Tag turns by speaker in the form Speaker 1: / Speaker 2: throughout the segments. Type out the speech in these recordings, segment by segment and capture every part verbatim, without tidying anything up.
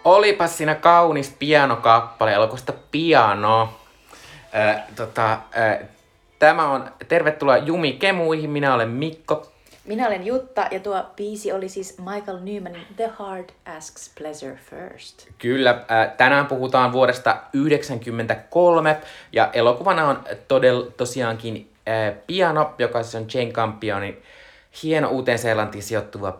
Speaker 1: Olipas siinä kaunis pianokappale elokuvasta Piano. Äh, tota, äh, tämä on Tervetuloa Jumi Kemuihin. Minä olen Mikko.
Speaker 2: Minä olen Jutta ja tuo biisi oli siis Michael Nymanin The Heart Asks Pleasure First.
Speaker 1: Kyllä, äh, tänään puhutaan vuodesta yhdeksänkymmentäkolme ja elokuvana on todell, tosiaankin äh, Piano, joka siis on Jane Campionin hieno Uuteen-Seelantiin sijoittuva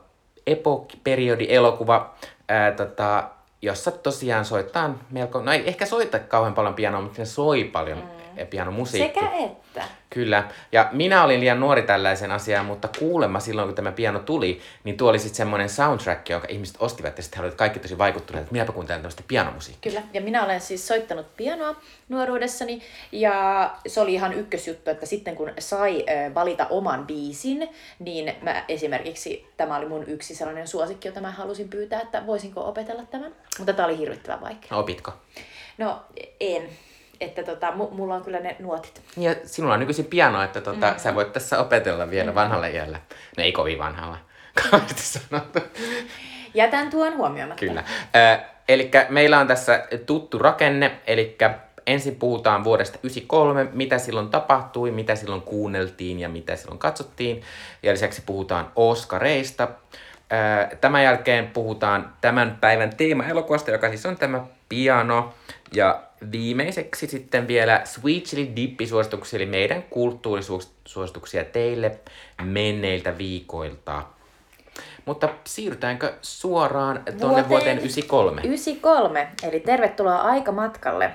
Speaker 1: epoch-periodi-elokuva, äh, tota, jossa tosiaan soittaa melko, no ei ehkä soita kauhean paljon pianoa, mutta siinä soi paljon mm. pianomusiikkia.
Speaker 2: Sekä että.
Speaker 1: Kyllä. Ja minä olin liian nuori tällaisen asiaan, mutta kuulemma silloin, kun tämä piano tuli, niin tuo oli sitten semmoinen soundtrack, jonka ihmiset ostivat ja sitten he olivat kaikki tosi vaikuttuneet, että minäpä kuuntelen tämmöistä pianomusiikkia.
Speaker 2: Kyllä. Ja minä olen siis soittanut pianoa nuoruudessani ja se oli ihan ykkösjuttu, että sitten kun sai äh, valita oman biisin, niin mä esimerkiksi, tämä oli mun yksi sellainen suosikki, jota mä halusin pyytää, että voisinko opetella tämän. Mutta tämä oli hirvittävän vaikea.
Speaker 1: No, opitko?
Speaker 2: No, en. Että tota, m- mulla on kyllä ne nuotit.
Speaker 1: Ja sinulla on nykyisin piano, että tota, mm-hmm. sä voit tässä opetella vielä mm-hmm. vanhalla iällä. No ei kovin vanhalla, kauheasti sanottu.
Speaker 2: Jätän tuon huomioimatta.
Speaker 1: Kyllä. Äh, eli meillä on tässä tuttu rakenne, eli ensin puhutaan vuodesta yhdeksänkymmentäkolme, mitä silloin tapahtui, mitä silloin kuunneltiin ja mitä silloin katsottiin. Ja lisäksi puhutaan Oscareista. Äh, tämän jälkeen puhutaan tämän päivän teema-elokuvasta, joka siis on tämä Piano. Ja viimeiseksi sitten vielä Sweet Chili Dip-suosituksia, eli meidän kulttuurisuosituksia teille menneiltä viikoilta. Mutta siirrytäänkö suoraan tuonne vuoteen yhdeksänkymmentäkolme?
Speaker 2: yhdeksänkymmentäkolme, eli tervetuloa aikamatkalle.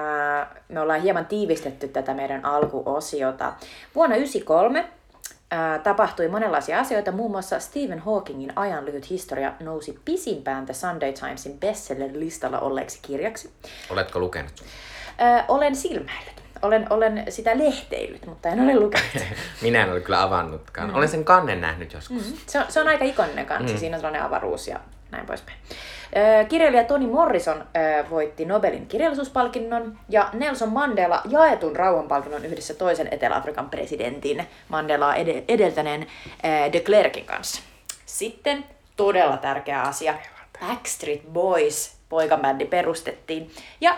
Speaker 2: Me ollaan hieman tiivistetty tätä meidän alkuosiota. Vuonna yhdeksänkymmentäkolme tapahtui monenlaisia asioita, muun muassa Stephen Hawkingin Ajan lyhyt historia nousi pisimpään The Sunday Timesin bestseller-listalla olleeksi kirjaksi.
Speaker 1: Oletko lukenut?
Speaker 2: Ö, olen silmäillyt. Olen, olen sitä lehteillyt, mutta en ole lukenut.
Speaker 1: Minä en ole kyllä avannutkaan. Mm. Olen sen kannen nähnyt joskus.
Speaker 2: Mm. Se, on, se on aika ikoninen kansi. Mm. Siinä on sellainen avaruus ja näin poispäin. Ö, kirjailija Toni Morrison ö, voitti Nobelin kirjallisuuspalkinnon ja Nelson Mandela jaetun rauhanpalkinnon yhdessä toisen Etelä-Afrikan presidentin Mandelaa ed- edeltäneen ö, de Klerkin kanssa. Sitten todella tärkeä asia. Backstreet Boys poikabändi perustettiin ja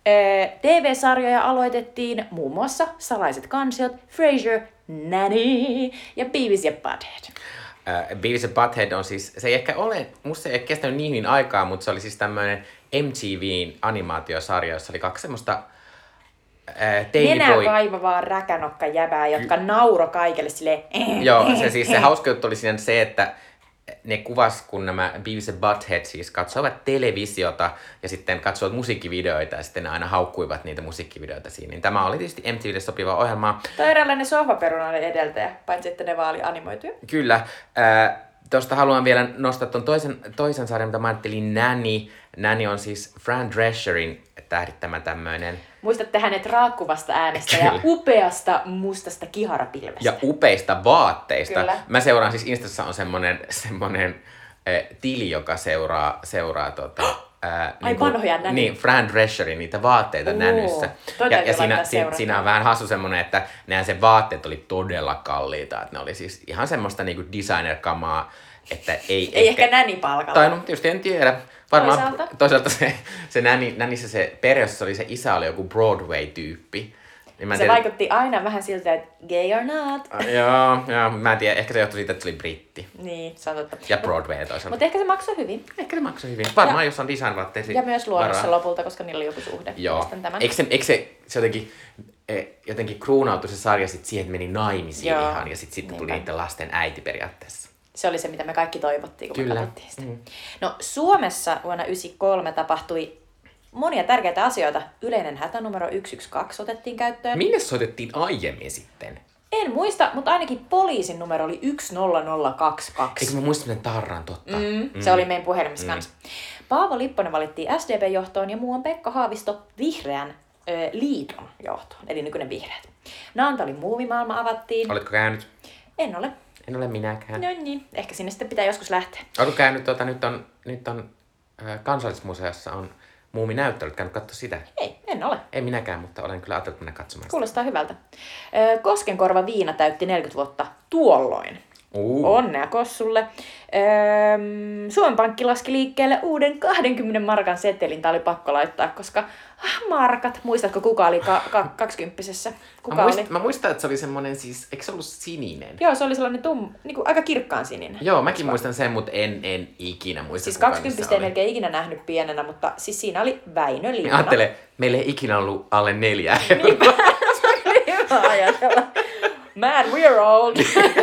Speaker 2: T V-sarjoja aloitettiin muun muassa Salaiset kansiot, Frasier, Nanny ja Beavis ja Butthead.
Speaker 1: Uh, Beavis ja Butthead on siis, se ei ehkä ole, musta se ei kestänyt niin hyvin aikaa, mutta se oli siis tämmöinen M T V:n animaatiosarja, jossa oli kaksi semmoista uh,
Speaker 2: Nenä kaivavaa räkänokka jäbää, jotka Ky- nauro kaikille silleen.
Speaker 1: Joo, se siis se hauska juttu oli siinä se, että ne kuvas, kun nämä Beavis ja Butthead siis katsoivat televisiota ja sitten katsoivat musiikkivideoita ja sitten ne aina haukkuivat niitä musiikkivideoita siinä. Niin tämä oli tietysti M T V:lle sopiva ohjelma.
Speaker 2: Toi eräänlainen sohvaperunainen edeltäjä, paitsi että ne vaan oli animoituja.
Speaker 1: Kyllä. Äh, Tuosta haluan vielä nostaa tuon toisen, toisen sarjan, mitä mä ajattelin, Nanny. Nanny on siis Fran Drescherin tähdittämä tämmöinen.
Speaker 2: Muistatte hänet raakkuvasta äänestä Kyllä. ja upeasta mustasta kiharapilvestä.
Speaker 1: Ja upeista vaatteista.
Speaker 2: Kyllä.
Speaker 1: Mä seuraan siis Instassa on semmonen, semmonen äh, tili, joka seuraa, seuraa tota, äh,
Speaker 2: Ai
Speaker 1: niin
Speaker 2: vanhoja Nanny.
Speaker 1: Niin, Fran Drescherin niitä vaatteita Nannyssä. Ja, ja siinä, siinä, siinä on vähän hassu semmonen, että nehän sen vaatteet oli todella kalliita. Että ne oli siis ihan semmoista niinku designer-kamaa, että ei...
Speaker 2: ei ehkä, ehkä Nanny-palkalla.
Speaker 1: Tai no, tietysti en tiedä. Varmaan
Speaker 2: toisaalta,
Speaker 1: toisaalta se, se Nanny, Nannyssä se perheessä oli se isä oli joku Broadway-tyyppi.
Speaker 2: Niin se tiedä, vaikutti aina vähän siltä, että gay or not.
Speaker 1: Uh, joo, joo, mä en tiedä. Ehkä se johtui siitä, että se oli britti.
Speaker 2: Niin, se on totta.
Speaker 1: Ja Broadway toisaalta.
Speaker 2: Mutta ehkä se maksoi hyvin.
Speaker 1: Ehkä se maksoi hyvin. Varmaan, ja, jos on design-vaatteisiin.
Speaker 2: Ja myös luonnossa lopulta, koska niillä oli joku suhde.
Speaker 1: Joo. Eikö se, eikö se, se jotenkin, jotenkin kruunautui se sarja sit siihen, että meni naimisiin joo. ihan. Ja sitten sit tuli niiden lasten äiti periaatteessa.
Speaker 2: Se oli se, mitä me kaikki toivottiin, kun
Speaker 1: Kyllä.
Speaker 2: me katsottiin sitä.
Speaker 1: Mm.
Speaker 2: No, Suomessa vuonna yhdeksänkymmentäkolme tapahtui monia tärkeitä asioita. Yleinen hätänumero yksi yksi kaksi otettiin käyttöön.
Speaker 1: Minne soitettiin aiemmin sitten?
Speaker 2: En muista, mutta ainakin poliisin numero oli yksi nolla nolla kaksi kaksi.
Speaker 1: Eikö mä muista, miten tarran totta?
Speaker 2: Mm, mm. Se oli meidän puhelimessa mm. kanssa. Paavo Lipponen valittiin S D P-johtoon ja muuan Pekka Haavisto Vihreän ö, liiton johtoon, eli nykyinen Vihreät. Naantalin muumimaailma avattiin.
Speaker 1: Oletko käynyt?
Speaker 2: En ole.
Speaker 1: En ole minäkään.
Speaker 2: No niin, ehkä sinne sitten pitää joskus lähteä.
Speaker 1: Oletko käynyt, tuota, nyt on, nyt on äh, Kansallismuseossa on muuminäyttely, käynyt katsoa sitä?
Speaker 2: Ei, en ole.
Speaker 1: Ei minäkään, mutta olen kyllä ajatellut mennä katsomaan sitä.
Speaker 2: Kuulostaa hyvältä. Koskenkorva Viina täytti neljäkymmentä vuotta tuolloin.
Speaker 1: Uh.
Speaker 2: Onnea Kossulle. Öö, Suomen Pankki laski liikkeelle uuden kahdenkymmenen markan setelin. Tää oli pakko laittaa, koska ah, markat. Muistatko, kuka oli ka- ka- kaksikymppisessä? Kuka
Speaker 1: mä, muist,
Speaker 2: oli?
Speaker 1: mä muistan, että se oli semmonen siis, eikö se ollut sininen?
Speaker 2: Joo, se oli sellainen tum, niinku aika kirkkaan sininen.
Speaker 1: Joo, mäkin muistan sen, mutta en, en ikinä muista.
Speaker 2: Siis
Speaker 1: kuka
Speaker 2: kaksikymppistä ei
Speaker 1: niissä oli.
Speaker 2: melkein ikinä nähnyt pienenä, mutta siis siinä oli Väinö Linna.
Speaker 1: Mä ajattelen, meillä ei ikinä ollut alle neljä
Speaker 2: Niinpä, se oli hyvä ajatella. Man, we're old.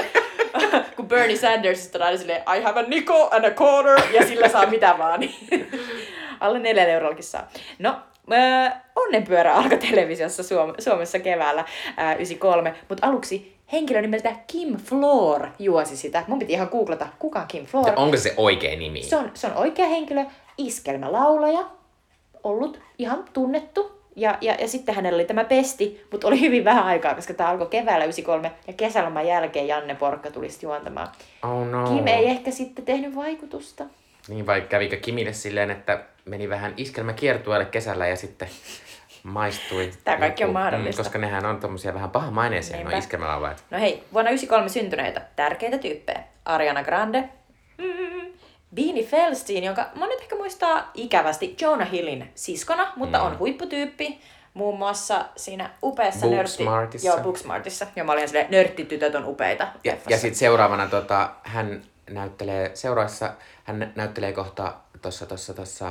Speaker 2: Kun Bernie Sandersista on aina silleen, I have a nickel and a quarter, ja sillä saa mitä vaan. Niin alle neljällä eurollakin saa. No, äh, Onnenpyörä alkoi televisiossa Suom- Suomessa keväällä äh, yhdeksänkymmentäkolme, mutta aluksi henkilö nimeltä Kim Floor juosi sitä. Mun piti ihan googlata, kuka on Kim Floor.
Speaker 1: Ja onko se oikea nimi?
Speaker 2: Se on, se on oikea henkilö, iskelmälaulaja, ollut ihan tunnettu. Ja, ja, ja sitten hänellä oli tämä pesti, mutta oli hyvin vähän aikaa, koska tämä alkoi keväällä yhdeksänkymmentäkolme ja kesäloman jälkeen Janne Porkka tuli sitten juontamaan.
Speaker 1: Oh no.
Speaker 2: Kim ei ehkä sitten tehnyt vaikutusta.
Speaker 1: Niin, vai kävikö Kimille silleen, että meni vähän iskelmäkiertueelle kesällä ja sitten maistui.
Speaker 2: Tää kaikki on
Speaker 1: joku-
Speaker 2: mahdollista.
Speaker 1: Mm, koska nehän on tommosia vähän pahamaineisia,
Speaker 2: Niinpä.
Speaker 1: nuo iskelmälaulajat.
Speaker 2: No hei, vuonna yhdeksänkymmentäkolme syntyneitä tärkeitä tyyppejä. Ariana Grande, mm, Beanie Feldstein, jonka monet ehkä muistaa ikävästi Jonah Hillin siskona, mutta
Speaker 1: Mm.
Speaker 2: on huipputyyppi. Muun muassa siinä upeassa
Speaker 1: Booksmartissa.
Speaker 2: Joo, Booksmartissa. Ja mä olin ihan silleen, nörttitytöt on upeita.
Speaker 1: Ja,
Speaker 2: leffassa.
Speaker 1: ja sitten seuraavana tota, hän näyttelee, seuraavassa hän nä- näyttelee kohta tossa, tossa, tossa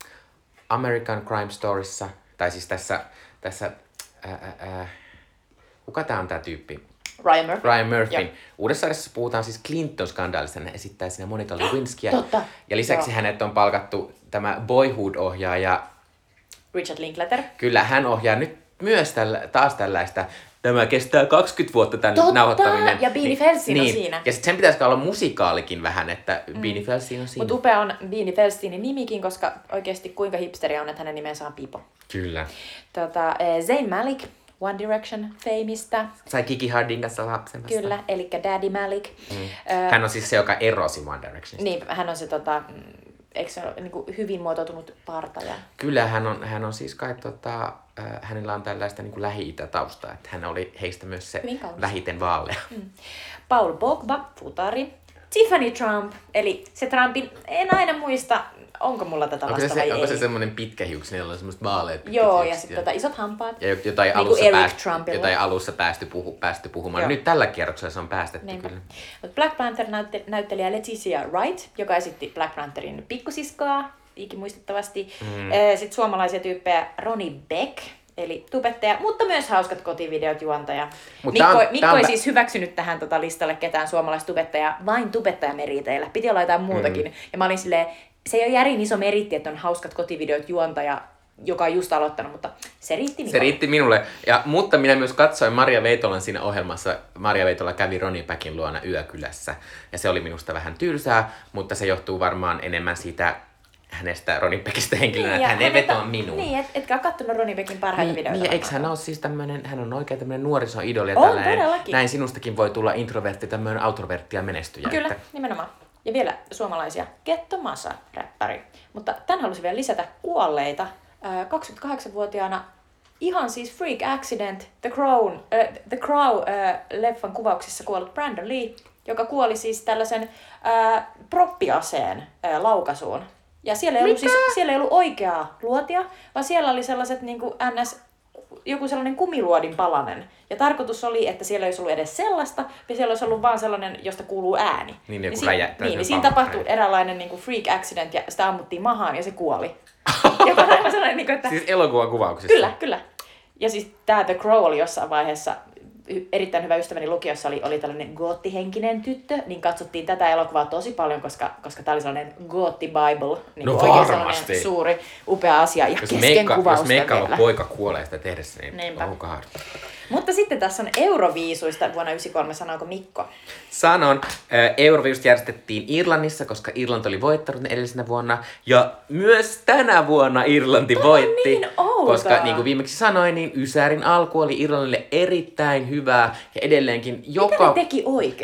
Speaker 1: American Crime Storyssa, tai siis tässä, tässä ää, ää, ää, kuka tää on tää tyyppi?
Speaker 2: Ryan Murphy.
Speaker 1: Ryan Murphyn.
Speaker 2: Joo.
Speaker 1: Uudessa sarjassa puhutaan siis Clinton-skandaalista, hän esittää siinä Monica Lewinskia.
Speaker 2: Totta.
Speaker 1: Ja lisäksi
Speaker 2: Joo.
Speaker 1: hänet on palkattu tämä Boyhood-ohjaaja.
Speaker 2: Richard Linklater.
Speaker 1: Kyllä, hän ohjaa nyt myös tällä, taas tällaista. Tämä kestää kaksikymmentä vuotta tämän
Speaker 2: Totta!
Speaker 1: nauhoittaminen.
Speaker 2: Ja Beanie Feldstein on siinä.
Speaker 1: Ja sitten sen pitäisi olla musikaalikin vähän, että mm. Beanie Feldstein on siinä.
Speaker 2: Mutta upea on Beanie Feldsteinin nimikin, koska oikeasti kuinka hipsteri on, että hänen nimensä on Pipo.
Speaker 1: Kyllä.
Speaker 2: Tota, eh, Zayn Malik, One Direction Fameista.
Speaker 1: Sai Kiki Hardin kanssa lapsen vasta.
Speaker 2: Kyllä, eli Daddy Malik.
Speaker 1: Mm.
Speaker 2: Ö,
Speaker 1: Hän on siis se, joka erosi One Directionista.
Speaker 2: Niin, hän on se tota, mm, eikö se ole niin kuin hyvin muotoutunut partaja?
Speaker 1: Kyllä, hän on, hän on siis kai, tota, äh, hänellä on tällaista niin kuin Lähi-Itä-taustaa, että hän oli heistä myös se
Speaker 2: Hyvin kaunis.
Speaker 1: vähiten vaalea.
Speaker 2: Mm. Paul Pogba, futari. Tiffany Trump, eli se Trumpin, en aina muista, onko mulla tätä
Speaker 1: Onko
Speaker 2: lasta
Speaker 1: se,
Speaker 2: vai
Speaker 1: onko
Speaker 2: ei.
Speaker 1: se semmoinen pitkä hiuksi, jolla on semmoista vaaleat pitkät
Speaker 2: Joo, ja
Speaker 1: hiukset
Speaker 2: sitten tota, isot hampaat.
Speaker 1: ja jotain
Speaker 2: Niinku
Speaker 1: alussa,
Speaker 2: Eric
Speaker 1: pääst,
Speaker 2: Trumpilla.
Speaker 1: jotain alussa päästy, puhu, päästy puhumaan.
Speaker 2: Joo.
Speaker 1: Nyt tällä kierroksella se on päästetty
Speaker 2: Niinpä.
Speaker 1: kyllä.
Speaker 2: Mut Black Panther-näyttelijä Leticia Wright, joka esitti Black Pantherin pikkusiskoa, ikimuistettavasti.
Speaker 1: Mm.
Speaker 2: Sitten suomalaisia tyyppejä Ronnie Beck, eli tubettaja, mutta myös hauskat kotivideot juontaja.
Speaker 1: Mut
Speaker 2: Mikko,
Speaker 1: tää on-
Speaker 2: Mikko
Speaker 1: tää on
Speaker 2: ei
Speaker 1: vä-
Speaker 2: siis hyväksynyt tähän tota listalle ketään suomalaista tubettajaa, vain tubettajameriteillä. Piti olla jotain muutakin. Mm. Ja mä olin silleen, se ei ole järin iso meritti, että on hauskat kotivideot juontaja, joka on just aloittanut, mutta se riitti
Speaker 1: Se
Speaker 2: Mikolle.
Speaker 1: riitti minulle. Ja, mutta minä myös katsoin Maria Veitolan siinä ohjelmassa. Maria Veitola kävi Ronnie Backin luona Yökylässä. Ja se oli minusta vähän tylsää, mutta se johtuu varmaan enemmän siitä hänestä Ronnie Backista henkilönä,
Speaker 2: Niin,
Speaker 1: että
Speaker 2: ja
Speaker 1: hän ei
Speaker 2: häneltä-
Speaker 1: vetoa minuun.
Speaker 2: Niin, et, etkä ole kattonut Ronnie Beckin parhaita
Speaker 1: Niin,
Speaker 2: videoita.
Speaker 1: niin eikö
Speaker 2: varmaan.
Speaker 1: hän ole siis tämmönen, hän on oikein tämmönen nuorisoidoli ja
Speaker 2: On,
Speaker 1: tällainen.
Speaker 2: todellakin.
Speaker 1: Näin sinustakin voi tulla introvertti, tämmönen autovertti ja menestyjä.
Speaker 2: Kyllä,
Speaker 1: Että,
Speaker 2: nimenomaan. Ja vielä suomalaisia Getto Masa, räppäri. Mutta tän halusin vielä lisätä kuolleita. Ää, kaksikymmentäkahdeksanvuotiaana ihan siis Freak Accident, The Crown, äh, The Crow-leffan kuvauksissa kuollut Brandon Lee, joka kuoli siis tällaisen äh, proppiaseen äh, laukaisuun. Ja siellä ei, ollut siis, siellä ei ollut oikeaa luotia, vaan siellä oli sellaiset niin kuin ns joku sellainen kumiluodin palanen. Ja tarkoitus oli, että siellä ei olisi ollut edes sellaista, ja siellä olisi ollut vaan sellainen, josta kuuluu ääni.
Speaker 1: Niin, joku
Speaker 2: si-
Speaker 1: räjähtää,
Speaker 2: niin, niin
Speaker 1: se
Speaker 2: siinä
Speaker 1: palo-
Speaker 2: tapahtui
Speaker 1: räjähtää.
Speaker 2: eräänlainen niin kuin freak accident, ja sitä ammuttiin mahaan, ja se kuoli. Joka on aivan sellainen, niin kuin, että...
Speaker 1: siis elokuvan kuvauksissa.
Speaker 2: Kyllä, kyllä. Ja siis tämä The Crow oli jossain vaiheessa, y- erittäin hyvä ystäväni lukiossa oli, oli tällainen goottihenkinen tyttö, niin katsottiin tätä elokuvaa tosi paljon, koska, koska tämä oli sellainen gootti bible, niin
Speaker 1: No
Speaker 2: kuin oikein
Speaker 1: varmasti.
Speaker 2: sellainen suuri, upea asia, ja
Speaker 1: Jos
Speaker 2: kesken
Speaker 1: meikka, jos
Speaker 2: kuvausta
Speaker 1: meikkaava
Speaker 2: vielä.
Speaker 1: poika kuolee sitä tehdessä, niin
Speaker 2: Niinpä.
Speaker 1: oh god.
Speaker 2: Mutta sitten tässä on Euroviisuista vuonna yhdeksänkymmentäkolme, sanooko Mikko?
Speaker 1: Sanon, äh, Euroviisut järjestettiin Irlannissa, koska Irlanti oli voittanut edellisenä vuonna. Ja myös tänä vuonna Irlanti
Speaker 2: Tämä on
Speaker 1: voitti.
Speaker 2: niin outoa.
Speaker 1: Koska niin kuin viimeksi sanoin, niin Ysärin alku oli Irlannille erittäin hyvää. Ja edelleenkin
Speaker 2: Mitä
Speaker 1: joka...
Speaker 2: ne teki oikein?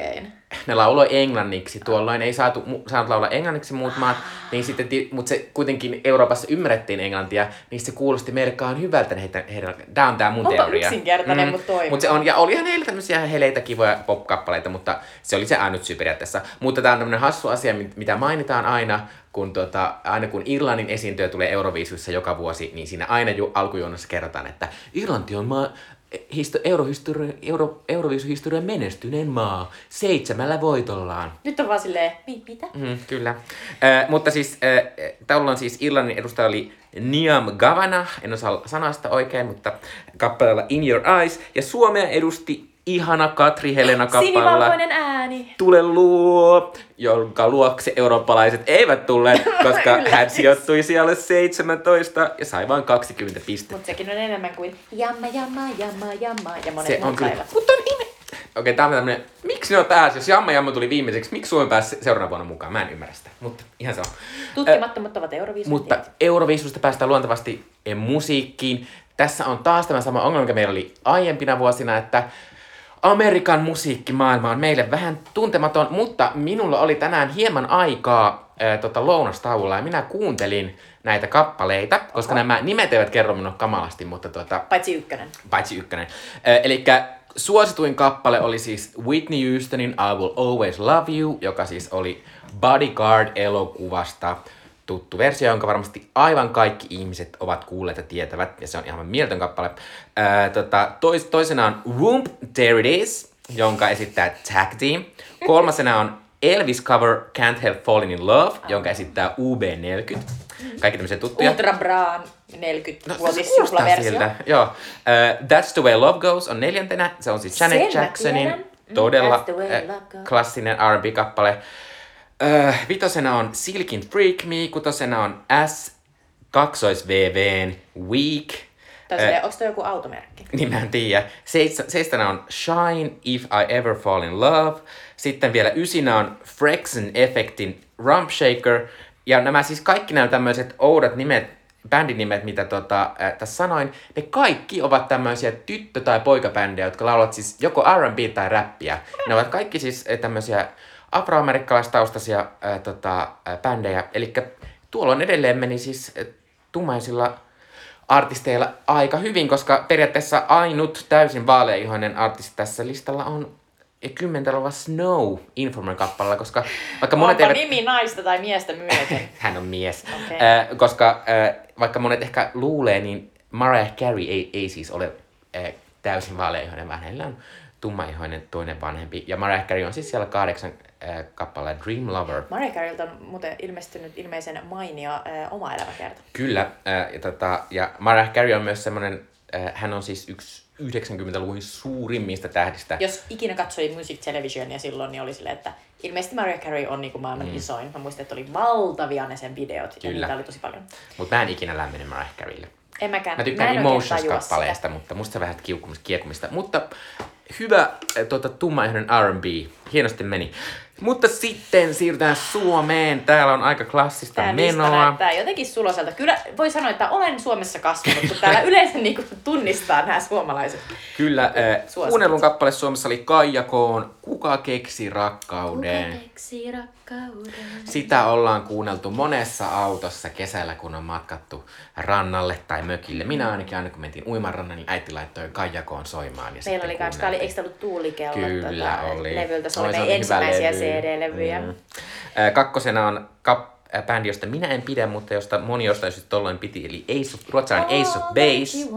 Speaker 1: ne lauloi englanniksi. Tuolloin ei saatu, saanut laulaa englanniksi muut maat, niin sitten, mutta se kuitenkin Euroopassa ymmärrettiin englantia, niin se kuulosti melkein hyvältä heitä, heidän, tää on tää mun
Speaker 2: Onpa
Speaker 1: teoria.
Speaker 2: yksinkertainen, mm. mutta toimii.
Speaker 1: Mut se on, ja olihan heillä tämmöisiä heleitä kivoja pop-kappaleita, mutta se oli se ainut syy periaatteessa. Mutta tää on tämmönen hassu asia, mitä mainitaan aina, kun tota, aina kun Irlannin esiintyjä tulee Euroviisuissa joka vuosi, niin siinä aina ju, alkujuonnossa kerrotaan, että Irlanti on maa, histo, Eurohistorian, Euro, Euroviisuhistorian menestyneen maa seitsemällä voitollaan.
Speaker 2: Nyt on vaan silleen, mitä?
Speaker 1: Mm, kyllä. Äh, mutta siis, äh, tällä on siis Irlannin edustaja oli Niam Gavana, en osaa sanoa sitä oikein, mutta kappaleella In Your Eyes. Ja Suomea edusti ihana Katri Helena kappaleella
Speaker 2: Sinivalkoinen ääni.
Speaker 1: Tule luo, jonka luokse eurooppalaiset eivät tulleet, koska hän sijoittui siellä seitsemäntoista ja sai vain kaksikymmentä pistettä.
Speaker 2: Mutta sekin on enemmän kuin jamma, jamma, jamma, jamma ja monet
Speaker 1: se
Speaker 2: muut
Speaker 1: on kyllä.
Speaker 2: päivät.
Speaker 1: Mutta on ime. Okei, tää on tämmönen, miksi ne on päässyt, jos Jamma Jamma tuli viimeiseksi, miksi Suomi pääsi seuraavana vuonna mukaan? Mä en ymmärrä sitä, mutta ihan se on.
Speaker 2: Tutkimattomat ovat Euroviisut.
Speaker 1: Mutta Euroviisusta päästään luontevasti musiikkiin. Tässä on taas tämä sama ongelma, mikä meillä oli aiempina vuosina, että Amerikan musiikkimaailma on meille vähän tuntematon, mutta minulla oli tänään hieman aikaa ää, tota, lounastauolla ja minä kuuntelin näitä kappaleita, koska Oho. nämä nimet eivät kerro minua kamalasti, mutta tuota,
Speaker 2: paitsi ykkönen.
Speaker 1: Paitsi ykkönen. Eli suosituin kappale oli siis Whitney Houstonin I Will Always Love You, joka siis oli Bodyguard-elokuvasta tuttu versio, jonka varmasti aivan kaikki ihmiset ovat kuulleet ja tietävät, ja se on ihan mieletön kappale. Ää, tota, tois, toisena on Whoop, There It Is, jonka esittää Tag Team. Kolmasena on Elvis cover Can't Help Falling in Love, jonka esittää U B neljäkymmentä. Kaikki tämmöisiä tuttuja.
Speaker 2: Ultra Braan neljäkymmentä
Speaker 1: No, se kuulostaa siltä. Joo. Uh, That's the Way Love Goes on neljäntenä. Se on siis Janet
Speaker 2: Sen
Speaker 1: Jacksonin todella uh, klassinen R and B-kappale. Uh, vitosena on Silkin Freak Me. Kutosena on S kaksois V V:n Weak.
Speaker 2: Tai uh, onko toi joku automerkki?
Speaker 1: Niin mä en tiedä. Seits- seistänä on Shine If I Ever Fall in Love. Sitten vielä ysinä on Frexen Effectin Rump Shaker. Ja nämä siis kaikki nämä tämmöiset oudot nimet, bändin nimet, mitä tota, äh, tässä sanoin, ne kaikki ovat tämmöisiä tyttö- tai poikabändejä, jotka laulavat siis joko R and B tai räppiä. Ne ovat kaikki siis äh, tämmöisiä afroamerikkalaistaustaisia äh, tota, äh, bändejä. Eli tuolloin edelleen meni siis äh, tummaisilla artisteilla aika hyvin, koska periaatteessa ainut täysin vaaleihoinen artisti tässä listalla on kymmentä-luvulla Snow Informer-kappaleella, koska vaikka monet
Speaker 2: Onpa
Speaker 1: eivät...
Speaker 2: nimi naista tai miestä myöten?
Speaker 1: Hän on mies.
Speaker 2: Okay.
Speaker 1: Äh, koska äh, vaikka monet ehkä luulee, niin Mariah Carey ei, ei siis ole äh, täysin vaaleihoinen, vaan hänellä on tummaihoinen toinen vanhempi. Ja Mariah Carey on siis siellä kahdeksan äh, kappaleen Dream Lover.
Speaker 2: Mariah Careylta on muuten ilmestynyt ilmeisen mainio äh, oma elämäkerta.
Speaker 1: Kyllä. Äh, ja, tota, ja Mariah Carey on myös semmoinen, äh, hän on siis yksi yhdeksänkymmentäluvun suurimmista tähdistä.
Speaker 2: Jos ikinä katsoi Music Televisionia silloin, niin oli silleen, että ilmeisesti Mariah Carey on niinku maailman
Speaker 1: Mm.
Speaker 2: isoin. Mä muistan, että oli valtavia ne sen videot, ja
Speaker 1: Kyllä.
Speaker 2: niitä oli tosi paljon.
Speaker 1: Mutta mä en ikinä lämmene Mariah Careylle.
Speaker 2: En mäkään.
Speaker 1: Mä tykkään
Speaker 2: en oikein tajua
Speaker 1: Emotions-kappaleesta,
Speaker 2: sitä.
Speaker 1: mutta musta se vähän kiukumista, kiekumista. Mutta hyvä äh, tuota, tummaihoinen R and B. Hienosti meni. Mutta sitten siirrytään Suomeen. Täällä on aika klassista
Speaker 2: Tää lista
Speaker 1: menoa.
Speaker 2: näyttää jotenkin suloselta. Kyllä voi sanoa, että olen Suomessa kasvanut, kun täällä yleensä niinku tunnistaa nämä suomalaiset.
Speaker 1: Kyllä, äh,
Speaker 2: Suosikit.
Speaker 1: kuunnellun kappale Suomessa oli Kaija Koon Kuka keksi rakkauden.
Speaker 2: Kuka keksi rakkauden?
Speaker 1: Sitä ollaan kuunneltu monessa autossa kesällä, kun on matkattu rannalle tai mökille. Minä ainakin aina kun mentiin uimarannan, niin äiti laittoi Kaija Koon soimaan. Ja
Speaker 2: Meillä oli kans, tää oli, eikö tää ollut Tuulikellot
Speaker 1: Kyllä
Speaker 2: tota,
Speaker 1: oli.
Speaker 2: levyltä? Se
Speaker 1: Oi,
Speaker 2: oli
Speaker 1: se
Speaker 2: meidän
Speaker 1: oli hyvä
Speaker 2: ensimmäisiä
Speaker 1: levy.
Speaker 2: C D-levyjä.
Speaker 1: Mm. Äh, Kakkosena on kap- äh, bändi, josta minä en pidä, mutta josta moni jostain syystä tolloin piti, eli Ace of, ruotsalainen Ace of Base.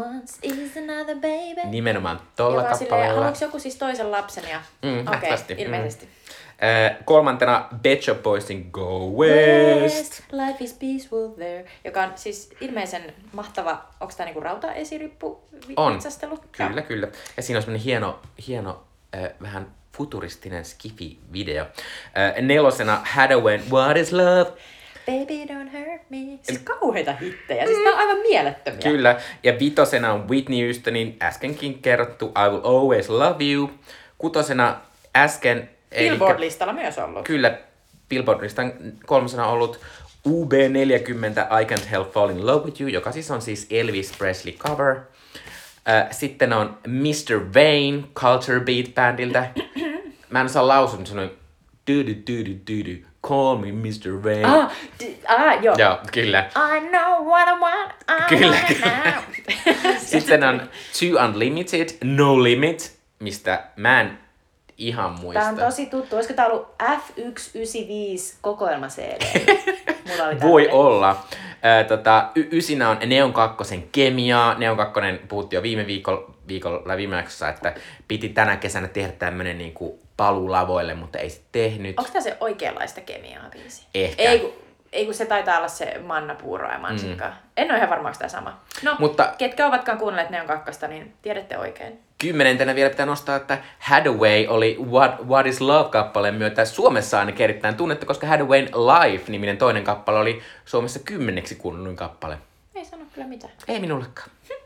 Speaker 1: Nimenomaan tolla kappaleella.
Speaker 2: Haluatko joku siis toisen lapsen? Ja...
Speaker 1: Mm,
Speaker 2: Okei,
Speaker 1: nähtävästi.
Speaker 2: ilmeisesti.
Speaker 1: Äh, kolmantena Pet Shop Boysin Go West.
Speaker 2: Life is peaceful there. Joka on siis ilmeisen mahtava, onko tää niinku rautaesirippu
Speaker 1: On,
Speaker 2: vitsastelu?
Speaker 1: kyllä,
Speaker 2: Joo.
Speaker 1: kyllä. Ja siinä on semmoinen hieno, hieno äh, vähän futuristinen skifi-video. Äh, nelosena Hathaway, What is Love?
Speaker 2: Baby don't hurt me. Siis kauheita hittejä. Siis tää on aivan mielettömiä.
Speaker 1: Kyllä. Ja vitosena on Whitney Houstonin äskenkin kerrottu I Will Always Love You. Kutosena äsken...
Speaker 2: Billboard-listalla myös ollut.
Speaker 1: Kyllä, Billboard-listan kolmosena on ollut U B neljäkymmentä I Can't Help Falling in Love With You, joka siis on siis Elvis Presley cover. Äh, sitten on mister Vain Culture Beat-bändiltä. Mä en osaa lausua, niin sanoin Du, du, du, du, du, du. Call me mister Rain.
Speaker 2: Ah, d- ah joo.
Speaker 1: Joo, kyllä.
Speaker 2: I know what I want, I
Speaker 1: Kyllä,
Speaker 2: want it
Speaker 1: kyllä.
Speaker 2: now.
Speaker 1: Sitten on Too Unlimited, No Limit, mistä mä en ihan muista.
Speaker 2: Tää on tosi tuttu. Olisiko tää ollut F yksi yhdeksänkymmentäviisi kokoelma C D? Mulla oli
Speaker 1: Voi
Speaker 2: tällainen.
Speaker 1: olla. Ää, tota, y- ysinä on Neon kakkosen kemiaa. Neon kakkonen puhuttiin jo viime viikolla, viikolla viime jaksossa, että piti tänä kesänä tehdä tämmönen niinku paluu lavoille, mutta ei sit tehnyt.
Speaker 2: Onko tää se oikeanlaista kemiaa biisi?
Speaker 1: Ehkä.
Speaker 2: Ei kun, ei kun se taitaa olla se mannapuuro ja mansikka. Mm. En ole ihan varma, onko tää sama. No,
Speaker 1: Mutta
Speaker 2: ketkä ovatkaan kuunnelleet Neon kakkosta, niin tiedätte oikein.
Speaker 1: kymmenentenä vielä pitää nostaa, että Hathaway oli What, What is Love-kappaleen myötä Suomessa ainakin erittäin tunnettu, koska Hathawayn Life-niminen toinen kappale oli Suomessa kymmeneksi kuunnelluin kappale.
Speaker 2: Ei sano kyllä mitään.
Speaker 1: Ei minullekaan.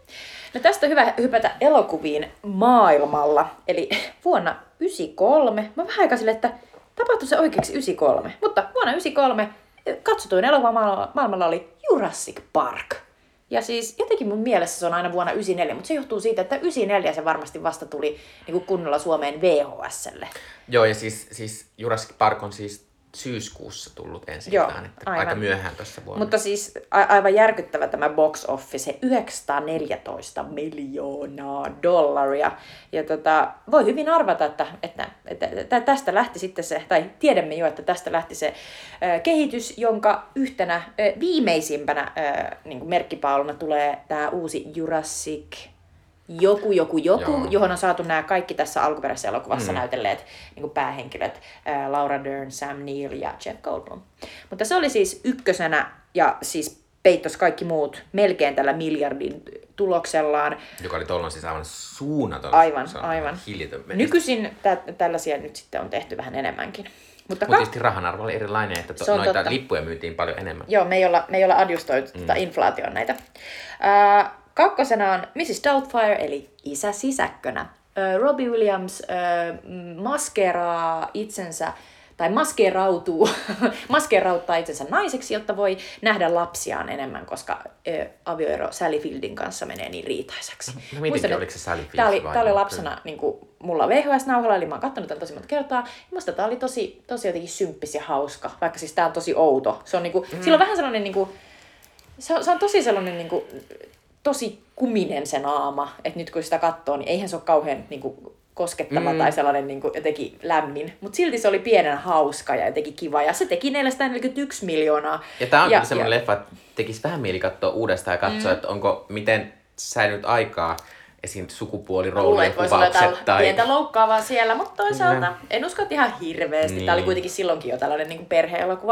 Speaker 2: No tästä on hyvä hypätä elokuviin maailmalla. Eli vuonna yhdeksänkymmentäkolme, mä vähän aikaa silleen, että tapahtui se oikeaksi yhdeksänkymmentäkolme. Mutta vuonna yhdeksänkymmentäkolme katsotuin elokuva maailmalla oli Jurassic Park. Ja siis jotenkin mun mielessä se on aina vuonna yhdeksänkymmentäneljä, mutta se johtuu siitä, että yhdeksänkymmentäneljä se varmasti vasta tuli niin kuin kunnolla Suomeen V H S:lle.
Speaker 1: Joo, ja siis, siis Jurassic Park on siis syyskuussa tullut ensin
Speaker 2: Joo,
Speaker 1: tähän, että
Speaker 2: aivan.
Speaker 1: aika myöhään tuossa vuonna.
Speaker 2: Mutta siis a- aivan järkyttävä tämä box office, yhdeksänsataaneljätoista miljoonaa dollaria. Ja tota, voi hyvin arvata, että, että, että, että tästä lähti sitten se, tai tiedämme jo, että tästä lähti se ö, kehitys, jonka yhtenä ö, viimeisimpänä ö, niin kuin merkkipaaluna tulee tämä uusi Jurassic joku, joku, joku,
Speaker 1: Joo.
Speaker 2: johon on saatu nämä kaikki tässä alkuperäisessä elokuvassa mm. näytelleet niin kuin päähenkilöt, ää, Laura Dern, Sam Neill ja Jeff Goldblum. Mutta se oli siis ykkösenä ja siis peittos kaikki muut melkein tällä miljardin tuloksellaan.
Speaker 1: Joka oli tuolloin siis aivan suunnaton.
Speaker 2: Aivan,
Speaker 1: se on
Speaker 2: aivan.
Speaker 1: Hiljatön menestystä.
Speaker 2: Nykyisin tä- tällaisia nyt sitten on tehty vähän enemmänkin. Mutta
Speaker 1: Mutta tietysti rahan arvo oli erilainen, että to,
Speaker 2: Se on
Speaker 1: noita
Speaker 2: totta.
Speaker 1: lippuja myytiin paljon enemmän.
Speaker 2: Joo, me ei olla, me ei olla adjustoitu mm. tätä inflaation näitä. Ää, kakkosena on missis Doubtfire, eli isä sisäkkönä. Ää, Robbie Williams ää, maskeraa itsensä, tai maskeerautuu, maskeerauttaa itsensä naiseksi, jotta voi nähdä lapsiaan enemmän, koska ää, avioero Sally Fieldin kanssa menee niin riitaiseksi.
Speaker 1: No mietinkin, oliko se Sally Fields
Speaker 2: Tämä oli,
Speaker 1: vai-
Speaker 2: tää oli lapsena niin kuin mulla V H S-nauhalla, eli mä oon katsonut tämän tosi monta kertaa. Ja musta tää oli tosi, tosi jotenkin symppis ja hauska, vaikka siis tää on tosi outo. Se on, niin kuin, mm. sillä on vähän sellainen, niin kuin, se, on, se on tosi sellainen, niin kuin, tosi kuminen se naama, että nyt kun sitä katsoo, niin eihän se ole kauhean niin kuin, koskettava mm. tai sellainen niin kuin, jotenkin lämmin. Mutta silti se oli pienen hauska ja jotenkin kiva, ja se teki neljäsataaneljäkymmentäyksi miljoonaa.
Speaker 1: Ja tää on
Speaker 2: ja,
Speaker 1: kyllä semmoinen
Speaker 2: ja,
Speaker 1: leffa, että tekisi vähän mieli katsoa uudestaan ja katsoa, mm. että onko, miten säilynyt aikaa esim.
Speaker 2: Luulen,
Speaker 1: Sukupuoliroolien
Speaker 2: että voisi olla jotain
Speaker 1: kuvaukset tai...
Speaker 2: pientä loukkaavaa siellä, mutta toisaalta mm. en usko, että ihan hirveästi.
Speaker 1: Niin.
Speaker 2: Tämä oli kuitenkin silloinkin jo tällainen niin kuin perhe-elokuva.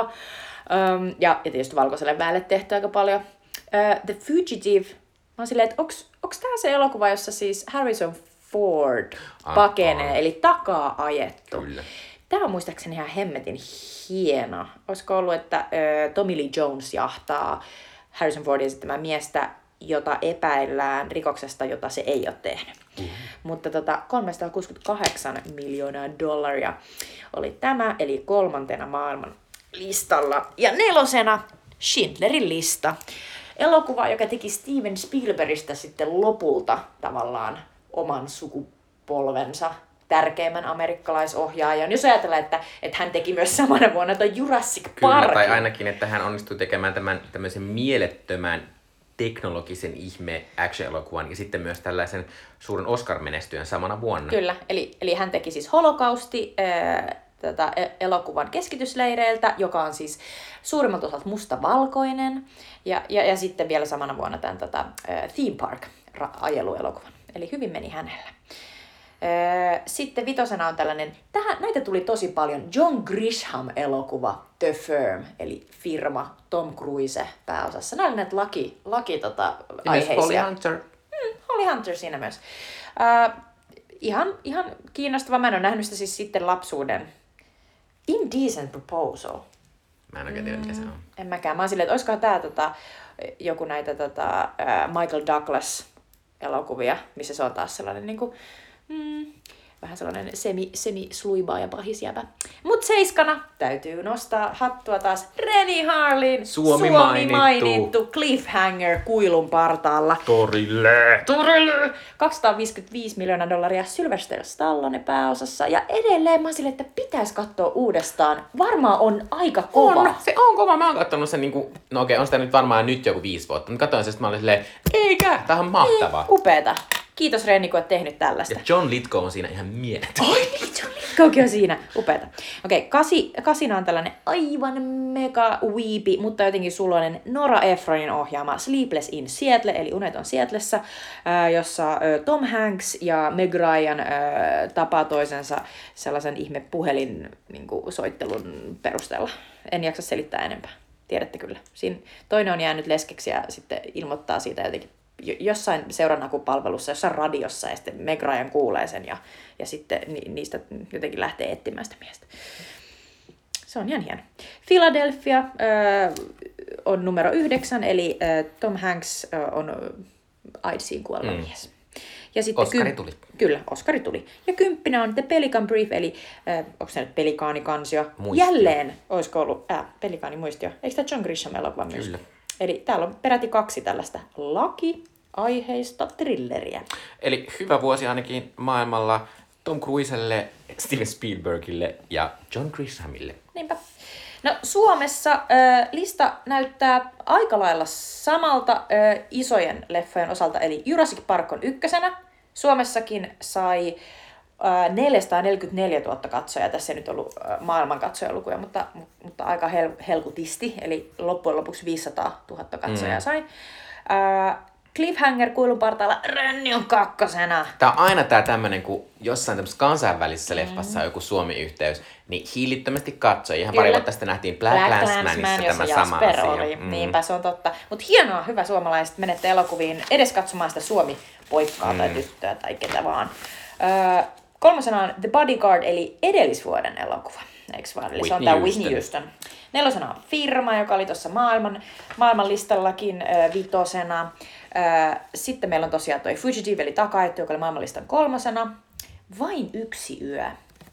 Speaker 2: Um, ja, ja tietysti valkoiselle väelle tehty aika paljon. Uh, The Fugitive. Mä oon silleen, että onks, onks tää se elokuva, jossa siis Harrison Ford
Speaker 1: Ah,
Speaker 2: pakenee,
Speaker 1: ah.
Speaker 2: eli takaa ajettu.
Speaker 1: Kyllä.
Speaker 2: Tämä on muistaakseni ihan hemmetin hieno. Olisiko ollut, että ö, Tommy Lee Jones jahtaa Harrison Fordin esittämää miestä, jota epäillään rikoksesta, jota se ei ole tehnyt. Mm. Mutta tota, kolmesataakuusikymmentäkahdeksan miljoonaa dollaria oli tämä, eli kolmantena maailman listalla. Ja nelosena Schindlerin lista. Elokuva, joka teki Steven Spielbergistä sitten lopulta tavallaan oman sukupolvensa tärkeimmän amerikkalaisohjaajan. Jos ajatellaan, että, että hän teki myös samana vuonna tuon Jurassic Parkin.
Speaker 1: Kyllä, tai ainakin, että hän onnistui tekemään tämän tämmöisen mielettömän teknologisen ihme action-elokuvan ja sitten myös tällaisen suuren Oscar-menestyön samana vuonna.
Speaker 2: Kyllä, eli, eli hän teki siis Holokausti ää, tätä elokuvan keskitysleireiltä, joka on siis suurimmalta osalta mustavalkoinen, ja, ja, ja sitten vielä samana vuonna tämän tätä, ää, Theme Park-ajeluelokuvan. Eli hyvin meni hänellä. Sitten vitosena on tällainen, tähän, näitä tuli tosi paljon, John Grisham-elokuva The Firm, eli firma, Tom Cruise pääosassa. Nämä oli näitä laki, laki tota, aiheisia.
Speaker 1: Holly Hunter.
Speaker 2: Mm, Holly Hunter siinä myös. Uh, ihan, ihan kiinnostava. Mä en ole nähnyt sitä siis sitten lapsuuden. Indecent Proposal.
Speaker 1: Mä en oikein tiedä, mikä se on.
Speaker 2: En mäkään. Mä oon silleen, että olisikohan tää tota, joku näitä tota, uh, Michael Douglas elokuvia, missä se on taas sellainen niinku, mm, vähän sellainen semi, semi-sluibaa ja pahisjävä. Mut seiskana täytyy nostaa hattua taas Renny Harlin
Speaker 1: Suomi,
Speaker 2: Suomi
Speaker 1: mainittu.
Speaker 2: mainittu cliffhanger kuilun partaalla.
Speaker 1: Torille!
Speaker 2: Torille! kaksisataaviisikymmentäviisi miljoonaa dollaria Sylvester Stallone pääosassa. Ja edelleen mä silleen, että pitäis katsoa uudestaan. Varmaan on aika kova.
Speaker 1: On, se on kova. Mä oon kattonut sen niinku, no okei, on sitä nyt varmaan nyt joku viisi vuotta. Mutta katsoin sen, että mä olin silleen, eikä, tää on mahtavaa.
Speaker 2: Upeeta. Kiitos Renny, kun oot tehnyt tällaista.
Speaker 1: Ja John Lithgow on siinä ihan mieletön.
Speaker 2: Oi niin, John Lithgowkin on siinä. Upeeta. Okei, okay, kasi, kasina on tällainen aivan mega weepy, mutta jotenkin suloinen Nora Ephronin ohjaama Sleepless in Seattle, eli Uneton Seattlessa, äh, jossa äh, Tom Hanks ja Meg Ryan äh, tapaa toisensa sellaisen ihme puhelin niin kuin, soittelun perusteella. En jaksa selittää enempää. Tiedätte kyllä. Siinä toinen on jäänyt leskeksi ja sitten ilmoittaa siitä jotenkin jossain seurannakupalvelussa, jossain radiossa, ja sitten Meg Ryan kuulee sen, ja, ja sitten ni, niistä jotenkin lähtee etsimään sitä miestä. Se on ihan hieno. Philadelphia äh, on numero yhdeksän, eli äh, Tom Hanks äh, on AIDSiin kuoleva mm. mies. Ja sitten
Speaker 1: Oskari
Speaker 2: kym-
Speaker 1: tuli.
Speaker 2: Kyllä, Oskari tuli. Ja kymppinä on The Pelican Brief, eli äh, onko se nyt Pelikaanikansio?
Speaker 1: Muistio.
Speaker 2: Jälleen olisiko ollut, äh, Pelikaanimuistio. Eikö tämä John Grisham elokuva myös?
Speaker 1: Kyllä.
Speaker 2: Eli täällä on peräti kaksi tällaista laki-aiheista thrilleriä.
Speaker 1: Eli hyvä vuosi ainakin maailmalla Tom Cruiselle, Steven Spielbergille ja John Grishamille.
Speaker 2: Niinpä. No Suomessa äh, lista näyttää aika lailla samalta äh, isojen leffojen osalta, eli Jurassic Park on ykkösenä. Suomessakin sai äh, neljäsataaneljäkymmentäneljätuhatta katsojaa. Tässä ei nyt ollut äh, maailman katsojalukuja, mutta, mutta aika hel- helkutisti, eli loppujen lopuksi viisisataatuhatta katsojaa mm. sai. Äh, Cliffhanger kuilun partaalla, Renny on kakkosena.
Speaker 1: Tää on aina tää tämmönen, kun jossain tämmöisessä kansainvälisessä mm. leffassa on joku Suomi-yhteys, niin hiilittömästi katsoi. Ihan pari vuotta sitten nähtiin Black, Black Landsmanissa tämä sama asia.
Speaker 2: Oli. Mm. Niinpä, se on totta. Mutta hienoa, hyvä suomalaiset, menette elokuviin edes katsomaan sitä Suomi-poikkaa mm. tai tyttöä tai ketä vaan. Öö, kolmosena on The Bodyguard, eli edellisvuoden elokuva. Eikö vaan? Eli se on tämä Whitney Houston. Nelosena on Firma, joka oli tuossa maailman, maailmanlistallakin ö, vitosena. Ö, sitten meillä on tosiaan toi Fugitive, eli Takaettu, joka oli maailmanlistan kolmosena. Vain yksi yö.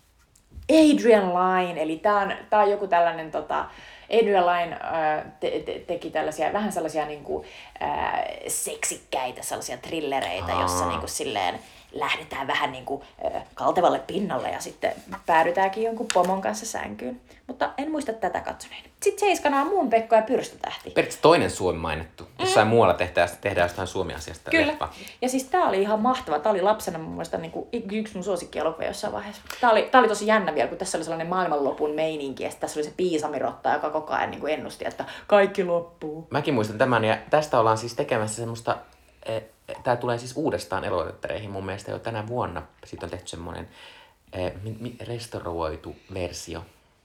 Speaker 2: Adrian Lyne, eli tää on, tää on joku tällainen, tota, Adrian Lyne ö, te, te, teki tällaisia, vähän sellaisia niinku, ö, seksikkäitä sellaisia trillereitä,
Speaker 1: Aa.
Speaker 2: jossa niinku silleen lähdetään vähän niin kuin kaltevalle pinnalle ja sitten päädytäänkin jonkun pomon kanssa sänkyyn. Mutta en muista tätä katsoneeni. Sitten seiskana on Muun Pekko ja Pyrstötähti.
Speaker 1: Periaatteessa toinen Suomi mainittu. Jossain mm. muualla tehdään, tehdään jostain Suomi-asiasta
Speaker 2: Kyllä.
Speaker 1: leffa.
Speaker 2: Ja siis tää oli ihan mahtava. Tää oli lapsena mun mielestä niin kuin yksi mun suosikkielokuva jossain vaiheessa. Tää oli, tää oli tosi jännä vielä, kun tässä oli sellainen maailmanlopun meininki. Ja tässä oli se piisamirotta, joka koko ajan niin kuin ennusti, että kaikki loppuu.
Speaker 1: Mäkin muistan tämän, ja tästä ollaan siis tekemässä semmoista... Eh, Tää tulee siis uudestaan eloteattereihin mun mielestä jo tänä vuonna. Siitä on tehty semmoinen eh, mi- mi- restauroitu versio.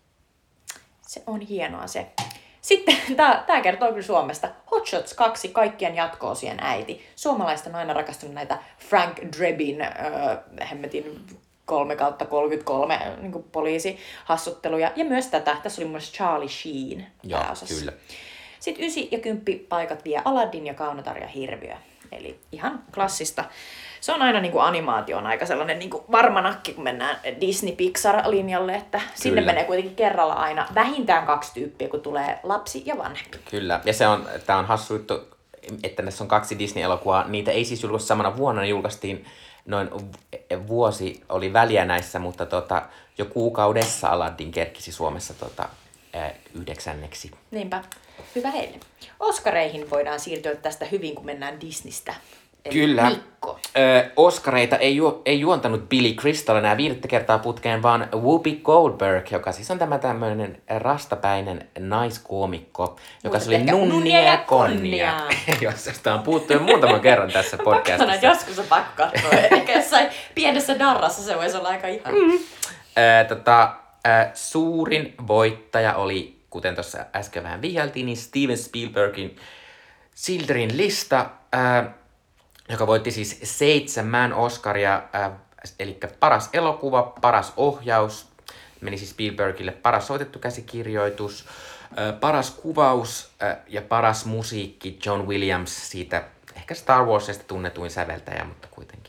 Speaker 2: Se on hienoa se. Sitten tää, tää kertoo kyllä Suomesta. Hot Shots kaksi, kaikkien jatko-osien äiti. Suomalaiset on aina rakastunut näitä Frank Drebin, äh, hemmetin kolme kautta kolmekymmentäkolme niin poliisihassutteluja. Ja myös tätä. Tässä oli myös Charlie Sheen pääosassa.
Speaker 1: Joo, kyllä.
Speaker 2: Sitten ysi ja kymppi paikat vie Aladdin ja Kaunotar ja Hirviö. Eli ihan klassista. Se on aina niin kuin animaation aika sellainen niin kuin varma nakki, kun mennään Disney-Pixar-linjalle, että Kyllä. sinne menee kuitenkin kerralla aina vähintään kaksi tyyppiä, kun tulee lapsi ja vanhempi.
Speaker 1: Kyllä, ja se on, tää on hassu juttu, että tässä on kaksi Disney-elokuvaa. Niitä ei siis julkaistu samana vuonna, ne julkaistiin noin vuosi oli väliä näissä, mutta tota, jo kuukaudessa Aladdin kerkisi Suomessa tota, yhdeksänneksi.
Speaker 2: Niinpä. Hyvä heille. Oskareihin voidaan siirtyä tästä hyvin, kun mennään Disneystä. Eli
Speaker 1: Kyllä.
Speaker 2: Mikko.
Speaker 1: Ö, Oskareita ei, ju- ei juontanut Billy Crystal enää viidettä kertaa putkeen, vaan Whoopi Goldberg, joka siis on tämä tämmöinen rastapäinen naiskoomikko, joka oli Nunnia ja Konnia, josta on puhuttu jo muutaman kerran tässä podcastissa.
Speaker 2: Pakko joskus on pakko katsoa. Ehkä jossain pienessä darrassa se voisi olla aika ihana. Mm.
Speaker 1: Ö, tota, ö, suurin voittaja oli, kuten tuossa äsken vähän vihjaltiin, niin Steven Spielbergin Schindlerin lista, äh, joka voitti siis seitsemän Oscaria, äh, eli paras elokuva, paras ohjaus, meni siis Spielbergille paras soitettu käsikirjoitus, äh, paras kuvaus äh, ja paras musiikki John Williams, siitä ehkä Star Warsista tunnetuin säveltäjä, mutta kuitenkin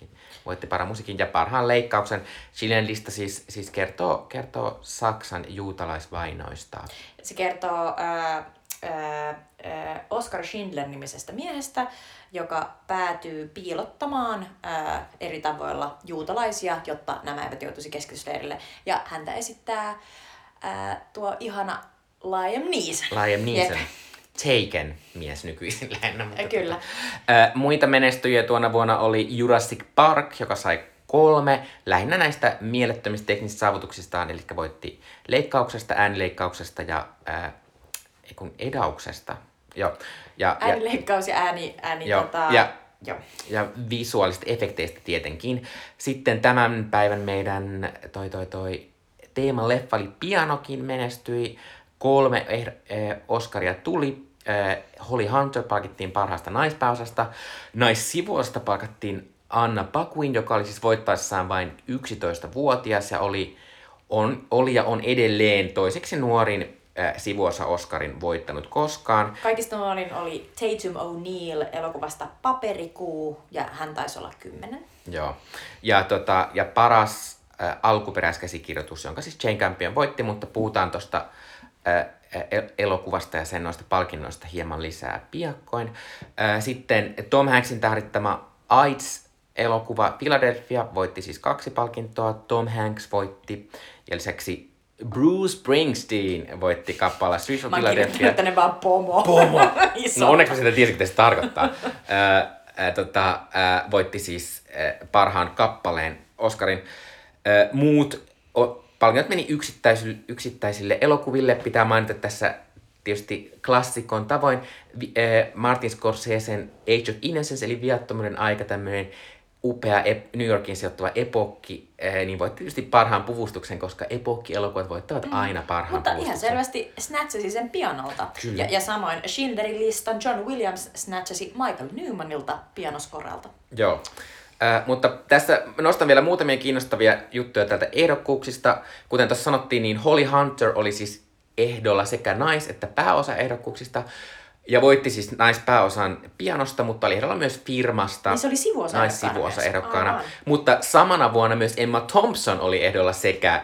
Speaker 1: voitti parhaan musiikin ja parhaan leikkauksen. Schindlerin lista siis, siis kertoo, kertoo Saksan juutalaisvainoista.
Speaker 2: Se kertoo ää, ää, Oskar Schindler-nimisestä miehestä, joka päätyy piilottamaan ää, eri tavoilla juutalaisia, jotta nämä eivät joutuisi keskitysleirille. Ja häntä esittää ää, tuo ihana Liam Neeson.
Speaker 1: Liam Neeson. Taken mies nykyisin lähinnä. Mutta
Speaker 2: Kyllä.
Speaker 1: Tota, ää, muita menestyjiä tuona vuonna oli Jurassic Park, joka sai kolme lähinnä näistä mielettömistä teknisistä saavutuksistaan, eli voitti leikkauksesta, äänileikkauksesta ja ää, ei kun edauksesta. Joo. Ja,
Speaker 2: Äänileikkaus ja ääni, ääni
Speaker 1: joo,
Speaker 2: tota,
Speaker 1: ja,
Speaker 2: joo.
Speaker 1: ja visuaalista efekteistä tietenkin. Sitten tämän päivän meidän toi toi toi teemaleffa oli Pianokin menestyi. Kolme eh, eh, Oscaria tuli. Eh, Holly Hunter palkittiin parhaasta naispääosasta. Naissivuosta palkattiin Anna Paquin, joka oli siis voittaessaan vain yksitoistavuotias ja oli, on, oli ja on edelleen toiseksi nuorin sivuosa Oscarin voittanut koskaan.
Speaker 2: Kaikista nuorin oli Tatum O'Neal elokuvasta Paperikuu, ja hän taisi olla kymmenen.
Speaker 1: Joo. Ja, tota, ja paras äh, alkuperäiskäsikirjoitus, jonka siis Jane Campion voitti, mutta puhutaan tuosta äh, elokuvasta ja sen noista palkinnoista hieman lisää piakkoin. Äh, sitten Tom Hanksin tahdittama AIDS-elokuva Philadelphia voitti siis kaksi palkintoa. Tom Hanks voitti ja lisäksi Bruce Springsteen voitti kappaleella Streets of Philadelphia.
Speaker 2: Mä oon kirjoittanut vaan pomo.
Speaker 1: Pomo! No onneksi mä sitä tiesin, mitä se tarkoittaa. Ää, ää, tota, ää, voitti siis ää, parhaan kappaleen Oscarin. Ää, muut o, palkinnot meni yksittäisille, yksittäisille elokuville. Pitää mainita tässä tietysti klassikon tavoin ää, Martin Scorsesen Age of Innocence, eli viattomuuden aika, tämmöinen upea New Yorkin sijoittuva epokki, niin voitti tietysti parhaan puvustuksen, koska epokki-elokuvat voittavat mm. aina parhaan
Speaker 2: Mutta
Speaker 1: puvustuksen.
Speaker 2: ihan selvästi snatchasi sen pianolta. Ja, ja samoin Schindlerin listan John Williams snatchasi Michael Newmanilta pianoskoralta.
Speaker 1: Joo. Äh, mutta tässä nostan vielä muutamia kiinnostavia juttuja täältä ehdokkuuksista. Kuten tuossa sanottiin, niin Holly Hunter oli siis ehdolla sekä nais- että pääosaehdokkuuksista. Ja voitti siis naispääosan pianosta, mutta oli ehdolla myös firmasta.
Speaker 2: Niin se oli
Speaker 1: naissivuosa-ehdokkaana. Naissivuosa mutta samana vuonna myös Emma Thompson oli ehdolla sekä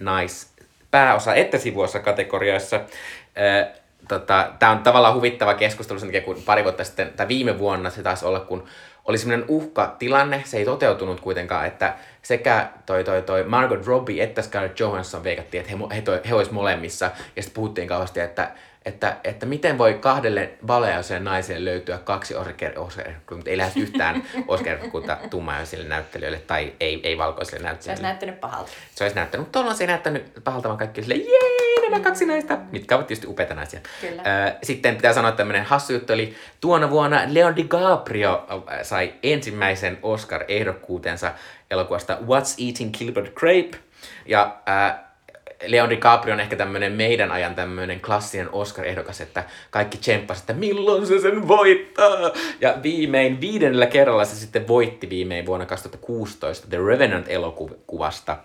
Speaker 1: naispääosa- että sivuosa kategoriassa. Äh, tota, Tämä on tavallaan huvittava keskustelu sen takia, kun pari vuotta sitten, tai viime vuonna se taisi olla, kun oli semmoinen uhkatilanne, se ei toteutunut kuitenkaan, että sekä toi, toi, toi Margot Robbie että Scarlett Johansson veikattiin, että he, he, he olisivat molemmissa. Ja sitten puhuttiin kauheasti, että Että, että miten voi kahdelle valeaiselle naiselle löytyä kaksi Oscar-ehdokkuutta, mutta ei lähde yhtään Oscar-ehdokkuutta tummaisille näyttelijöille tai ei, ei valkoisille näyttelijöille.
Speaker 2: Se olisi näyttänyt pahalta.
Speaker 1: Se olisi näyttänyt, mutta tuolla se ei näyttänyt pahalta, vaan kaikki silleen, jee, nämä kaksi naista, mitkä ovat tietysti upeita naisia.
Speaker 2: Kyllä.
Speaker 1: Sitten pitää sanoa, että tämmöinen hassu juttu oli, tuona vuonna Leon DiCaprio sai ensimmäisen Oscar-ehdokkuutensa elokuvasta What's Eating Gilbert Grape, ja äh, Leon DiCaprio on ehkä tämmönen meidän ajan tämmönen klassinen Oscar-ehdokas, että kaikki tsemppasi, että milloin se sen voittaa. Ja viimein viidennellä kerralla se sitten voitti viimein vuonna kaksituhattakuusitoista The Revenant-elokuvasta.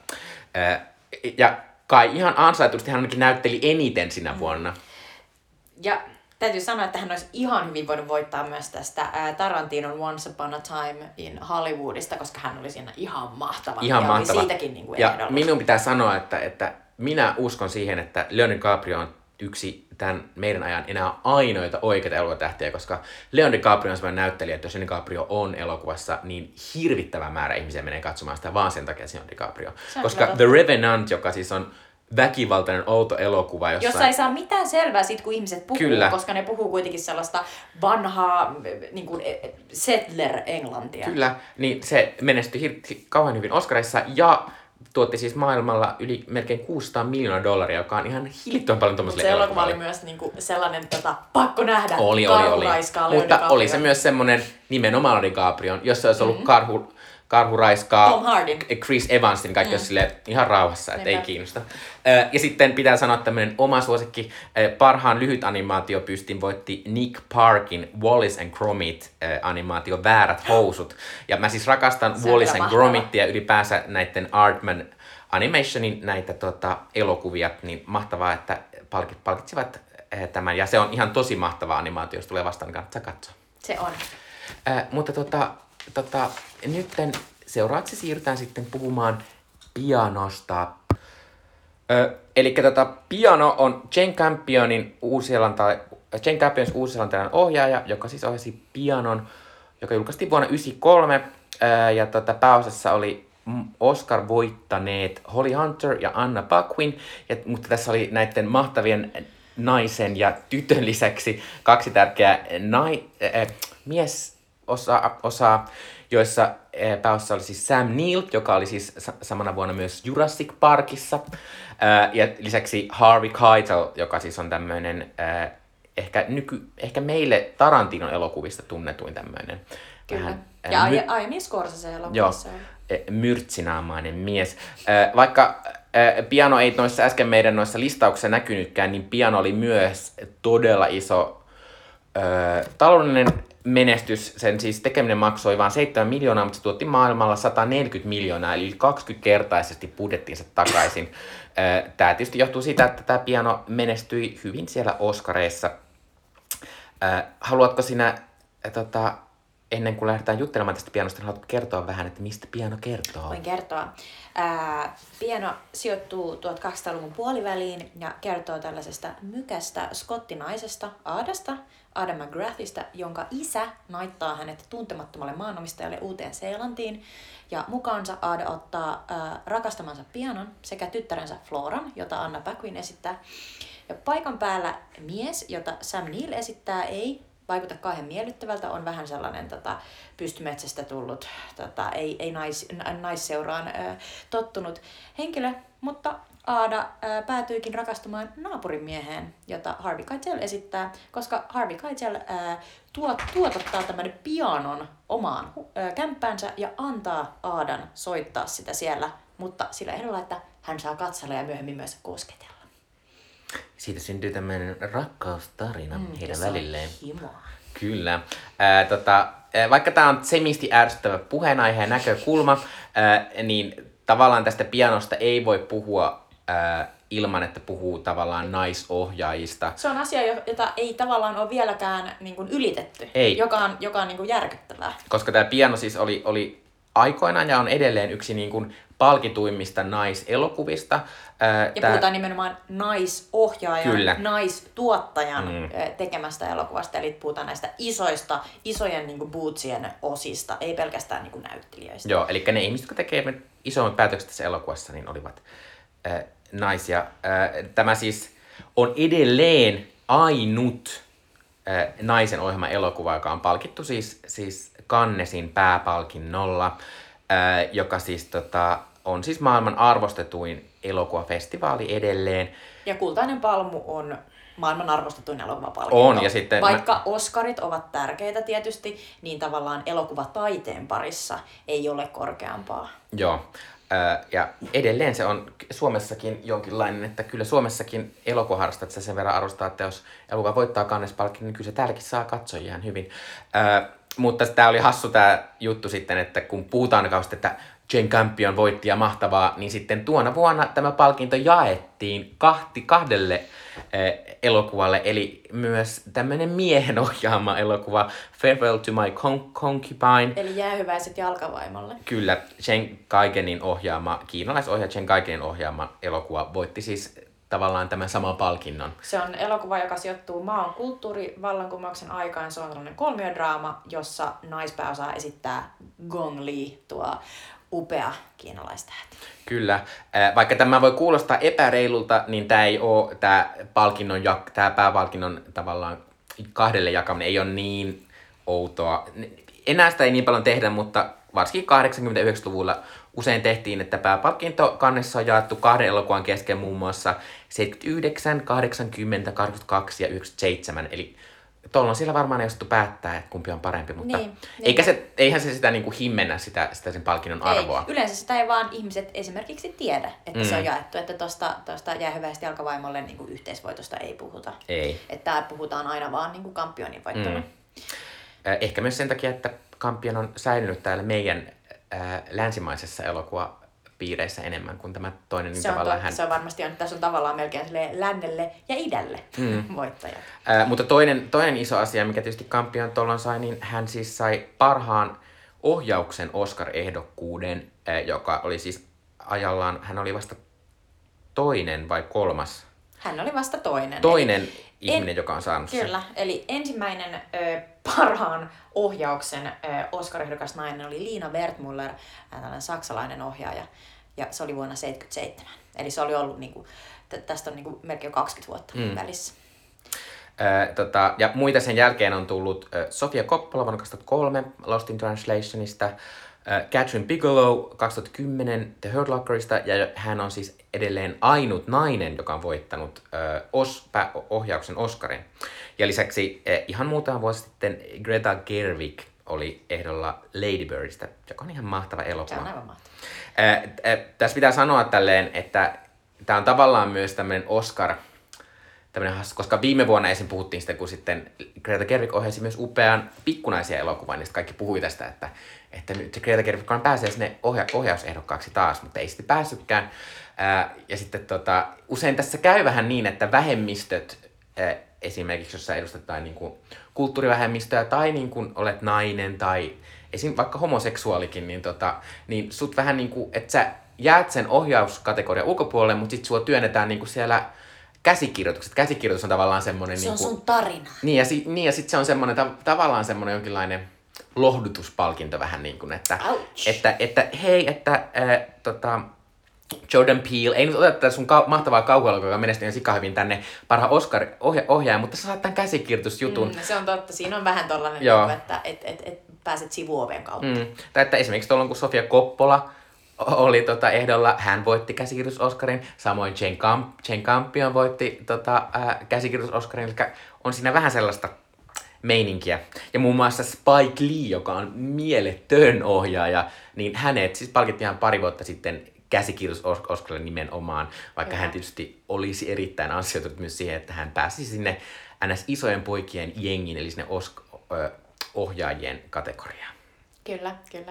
Speaker 1: Ja kai ihan ansaitusti hän ainakin näytteli eniten sinä vuonna.
Speaker 2: Ja täytyy sanoa, että hän olisi ihan hyvin voinut voittaa myös tästä ää, Tarantinon Once Upon a Time in Hollywoodista, koska hän oli siinä ihan mahtava.
Speaker 1: Ihan
Speaker 2: ja
Speaker 1: mahtava.
Speaker 2: oli siitäkin niin kuin
Speaker 1: ja
Speaker 2: ehdolla.
Speaker 1: Minun pitää sanoa, että, että minä uskon siihen, että Leon DiCaprio on yksi tämän meidän ajan enää ainoita oikeita elokuvatähtiä, koska Leon DiCaprio on sellainen näyttelijä, että jos Leon DiCaprio on elokuvassa, niin hirvittävä määrä ihmisiä menee katsomaan sitä vaan sen takia, että se on DiCaprio. Koska The Revenant, joka siis on väkivaltainen outo elokuva, jossa...
Speaker 2: Jossa ei saa mitään selvää siitä, kun ihmiset puhuu,
Speaker 1: Kyllä.
Speaker 2: koska ne puhuu kuitenkin sellaista vanhaa niin kuin settler-englantia.
Speaker 1: Kyllä, niin se menestyi hir- kauhean hyvin Oscarissa ja tuotti siis maailmalla yli melkein kuusisataa miljoonaa dollaria, joka on ihan hillittömän paljon tommoselle
Speaker 2: Se elokuva oli
Speaker 1: elokuvalle.
Speaker 2: myös niinku sellainen tota, pakko nähdä.
Speaker 1: Oli, oli, oli. Mutta
Speaker 2: Leon
Speaker 1: oli se myös semmonen nimenomaan DiCaprion, jos se olisi ollut mm-hmm. karhu, karhu raiskaa
Speaker 2: Tom Hardin.
Speaker 1: Chris Evansin, kaikki mm. olisi silleen ihan rauhassa, että ei kiinnosta. Ja sitten pitää sanoa tämmönen oma suosikki, parhaan lyhyt animaatiopystin voitti Nick Parkin Wallace and Gromit animaatio Väärät housut. Ja mä siis rakastan
Speaker 2: se
Speaker 1: Wallace and Gromitia ylipäänsä näiden Aardman Animationin näitä tota, elokuvia, niin mahtavaa, että palkit, palkitsivat tämän. Ja se on ihan tosi mahtava animaatio, jos tulee vastaan, niin kannattaa katsoa.
Speaker 2: Se on.
Speaker 1: Äh, mutta tota, tota, nytten seuraavaksi siirrytään sitten puhumaan pianosta. Ö, eli tota, piano on Jane Campionin uusiseelantai, Jane Campionin uusiseelantilainen ohjaaja, joka siis ohjasi pianon, joka julkaistiin vuonna yhdeksänkymmentäkolme. Ö, ja tota, pääosassa oli Oscar voittaneet Holly Hunter ja Anna Paquin, ja, mutta tässä oli näiden mahtavien naisen ja tytön lisäksi kaksi tärkeää nai, äh, miesosaa, osaa, joissa äh, pääosassa oli siis Sam Neill, joka oli siis sa- samana vuonna myös Jurassic Parkissa, äh, ja lisäksi Harvey Keitel, joka siis on tämmöinen äh, ehkä, nyky, ehkä meille Tarantinon elokuvista tunnetuin tämmöinen.
Speaker 2: Kyllä.
Speaker 1: Vähän, äh,
Speaker 2: ja
Speaker 1: my-
Speaker 2: aiemmin Scorsese elokuvissa.
Speaker 1: myrtsinaamainen mies. Vaikka piano ei noissa äsken meidän noissa listauksissa näkynytkään, niin piano oli myös todella iso ö, taloudellinen menestys. Sen siis tekeminen maksoi vain seitsemän miljoonaa, mutta se tuotti maailmalla sata neljäkymmentä miljoonaa, eli kaksikymmentäkertaisesti budjettiinsa takaisin. Tämä tietysti johtuu siitä, että tämä piano menestyi hyvin siellä Oscareissa. Haluatko sinä tota, ennen kuin lähdetään juttelemaan tästä pianosta, niin haluatko kertoa vähän, että mistä piano kertoo?
Speaker 2: Voin kertoa. Ää, piano sijoittuu tuhatkahdeksansataaluvun puoliväliin ja kertoo tällaisesta mykästä skottinaisesta Aadasta, Ada McGrathista, jonka isä naittaa hänet tuntemattomalle maanomistajalle Uuteen-Seelantiin. Ja mukaansa Ada ottaa ää, rakastamansa pianon sekä tyttärensä Floran, jota Anna Paquin esittää. Ja paikan päällä mies, jota Sam Neill esittää, ei vaikuta kauhean miellyttävältä, on vähän sellainen tota, pystymetsästä tullut, tota, ei, ei nais, naisseuraan ö, tottunut henkilö, mutta Ada ö, päätyykin rakastumaan naapurin mieheen, jota Harvey Keitel esittää, koska Harvey Keitel ö, tuot, tuotottaa tämän pianon omaan ö, kämppäänsä ja antaa Adan soittaa sitä siellä, mutta sillä ehdolla, että hän saa katsella ja myöhemmin myös kosketella.
Speaker 1: Siitä syntyy tämmöinen rakkaustarina mm, heidän välilleen.
Speaker 2: Himoa.
Speaker 1: Kyllä. Ää, tota, vaikka tämä on semisti ärsyttävä puheenaihe ja näkökulma, ää, niin tavallaan tästä pianosta ei voi puhua ää, ilman, että puhuu tavallaan naisohjaajista.
Speaker 2: Se on asia, jota ei tavallaan ole vieläkään niin kuin ylitetty,
Speaker 1: ei.
Speaker 2: joka on, joka on niin kuin järkyttävää.
Speaker 1: Koska tämä piano siis oli, oli aikoinaan ja on edelleen yksi niin kuin palkituimmista naiselokuvista. Ää,
Speaker 2: ja
Speaker 1: tää...
Speaker 2: puhutaan nimenomaan naisohjaajan,
Speaker 1: Kyllä.
Speaker 2: naistuottajan
Speaker 1: mm.
Speaker 2: tekemästä elokuvasta. Eli puhutaan näistä isoista, isojen niin kuin bootsien osista, ei pelkästään niin kuin näyttelijöistä.
Speaker 1: Joo, eli ne ihmiset, jotka tekevät isommat päätökset tässä elokuvassa, niin olivat äh, naisia. Äh, tämä siis on edelleen ainut äh, naisen ohjelma elokuva, joka on palkittu siis, siis Cannesin pääpalkinnolla, äh, joka siis tota, on siis maailman arvostetuin elokuvafestivaali edelleen.
Speaker 2: Ja Kultainen palmu on maailman arvostetuin elokuvapalkinto.
Speaker 1: On, ja sitten
Speaker 2: Vaikka mä... Oscarit ovat tärkeitä tietysti, niin tavallaan elokuvataiteen parissa ei ole korkeampaa.
Speaker 1: Joo. Ja edelleen se on Suomessakin jonkinlainen, että kyllä Suomessakin elokuvaharrastajat sen verran arvostaa, että jos elokuva voittaa Cannes-palkinnon, niin kyllä se täälläkin saa katsojia ihan hyvin. Äh, mutta tämä oli hassu tämä juttu sitten, että kun puhutaan kausta, että Jane Campion voitti ja mahtavaa, niin sitten tuona vuonna tämä palkinto jaettiin kahti, kahdelle äh, elokuvalle, eli myös tämmöinen miehen ohjaama elokuva Farewell to My Con- Concubine.
Speaker 2: Eli Jäähyväiset jalkavaimolle.
Speaker 1: Kyllä, Chen Kaigenin ohjaama, kiinalaisohjaaja Chen Kaigenin ohjaama elokuva voitti siis tavallaan tämän saman palkinnon.
Speaker 2: Se on elokuva, joka sijoittuu maan kulttuurivallankumouksen aikaan. Se on tällainen kolmiodraama, jossa naispääosaa esittää Gong Li, tuo upea kiinalaistähti.
Speaker 1: Kyllä. Vaikka tämä voi kuulostaa epäreilulta, niin tämä ei ole tämä palkinnon, tämä pääpalkinnon tavallaan kahdelle jakaminen ei ole niin outoa. Enää sitä ei niin paljon tehdä, mutta varsinkin kahdeksankymmentä-yhdeksänkymmentäluvulla usein tehtiin, että pääpalkinto Cannesissa on jaettu kahden elokuvan kesken muun muassa seitsemänkymmentäyhdeksän, kahdeksankymmentä, kahdeksankymmentäkaksi ja yhdeksänkymmentäseitsemän. Eli tuolla on siellä varmaan osattu päättää, että kumpi on parempi, mutta
Speaker 2: niin,
Speaker 1: eikä se, eihän se sitä niinku himmennä sitä, sitä sen palkinnon arvoa.
Speaker 2: Ei. Yleensä sitä ei vaan ihmiset esimerkiksi tiedä, että mm. se on jaettu, että tuosta tosta Jäähyväiset jalkavaimolle niinku yhteisvoitosta ei puhuta.
Speaker 1: Ei.
Speaker 2: Että puhutaan aina vaan niinku Campionin voittona. Mm.
Speaker 1: Ehkä myös sen takia, että Campion on säilynyt täällä meidän äh, länsimaisessa elokuvapiireissä enemmän kuin tämä toinen. Niin
Speaker 2: se, on
Speaker 1: tavallaan
Speaker 2: to,
Speaker 1: hän...
Speaker 2: se on varmasti on, tässä on tavallaan melkein lännelle ja idälle mm. voittajat.
Speaker 1: Äh, mutta toinen, toinen iso asia, mikä tietysti Campion tuolloin sai, niin hän siis sai parhaan ohjauksen Oscar-ehdokkuuden, joka oli siis ajallaan, hän oli vasta toinen vai kolmas?
Speaker 2: Hän oli vasta toinen.
Speaker 1: Toinen
Speaker 2: eli
Speaker 1: ihminen,
Speaker 2: en,
Speaker 1: joka on saanut sen.
Speaker 2: Kyllä, eli ensimmäinen ö, parhaan ohjauksen ö, Oscar-ehdokas nainen oli Lina Wertmuller, tällainen saksalainen ohjaaja, ja se oli vuonna seitsemänkymmentäseitsemän. Eli se oli ollut, niinku, t- tästä on niinku melkein kaksikymmentä vuotta mm. välissä.
Speaker 1: Ö, tota, ja muita sen jälkeen on tullut ö, Sofia Coppola vuonna kaksituhattakolme Lost in Translationista, ö, Catherine Bigelow kaksituhattakymmenen The Hurt Lockerista, ja hän on siis edelleen ainut nainen, joka on voittanut ö, os, pä, ohjauksen Oscarin. Ja lisäksi ö, ihan muutama vuosi sitten Greta Gerwig oli ehdolla Lady Birdistä, joka on ihan mahtava elokuva.
Speaker 2: Se on aivan mahtava.
Speaker 1: Ö, ö, tässä pitää sanoa tälleen, että tämä on tavallaan myös tämmöinen Oscar, hassu, koska viime vuonna esim. Puhuttiin sitä, kun sitten Greta Gerwig ohjasi myös upean pikkunaisia elokuvan, niin sitten kaikki puhui tästä, että, että nyt se Greta Gerwig pääsee sinne ohja- ohjausehdokkaaksi taas, mutta ei sitten päässytkään. Ää, ja sitten tota, usein tässä käy vähän niin, että vähemmistöt, ää, esimerkiksi jos sä edustetaan niin kuin kulttuurivähemmistöä tai niin kuin olet nainen tai esim. Vaikka homoseksuaalikin, niin, tota, niin sut vähän niin kuin, että sä jäät sen ohjauskategorian ulkopuolelle, mutta sitten sua työnnetään niin kuin siellä käsikirjoitukset. Käsikirjoitus on tavallaan semmoinen...
Speaker 2: Se on
Speaker 1: niin kuin,
Speaker 2: sun tarina.
Speaker 1: Niin ja, si, niin, ja sitten se on semmoinen ta, tavallaan semmoinen jonkinlainen lohdutuspalkinto vähän niin kuin, että, että, että hei, että äh, tota, Jordan Peele, ei nyt oteta tätä sun ka- mahtavaa kauhuelokuvaa, joka menestyi sika hyvin tänne parhaan Oscar ohja- ohjaaja, mutta sä saat tämän käsikirjoitusjutun.
Speaker 2: Mm, se on totta. Siinä on vähän tollainen, niin, että et, et, et pääset sivuoven kautta.
Speaker 1: Mm. Tai että esimerkiksi tuolla kun Sofia Coppola oli tota ehdolla, hän voitti käsikirjoitus-Oscarin, samoin Jane, Camp- Jane Campion voitti tota, äh, käsikirjoitus-Oscarin, eli on siinä vähän sellaista meininkiä. Ja muun muassa Spike Lee, joka on mieletön ohjaaja, niin hänet siis palkittiin ihan pari vuotta sitten käsikirjoitus-Oscarille nimenomaan, vaikka ja. hän tietysti olisi erittäin ansioitunut myös siihen, että hän pääsi sinne ns. Isojen poikien jengiin, eli sinne os- ö, ohjaajien kategoriaan.
Speaker 2: Kyllä, kyllä.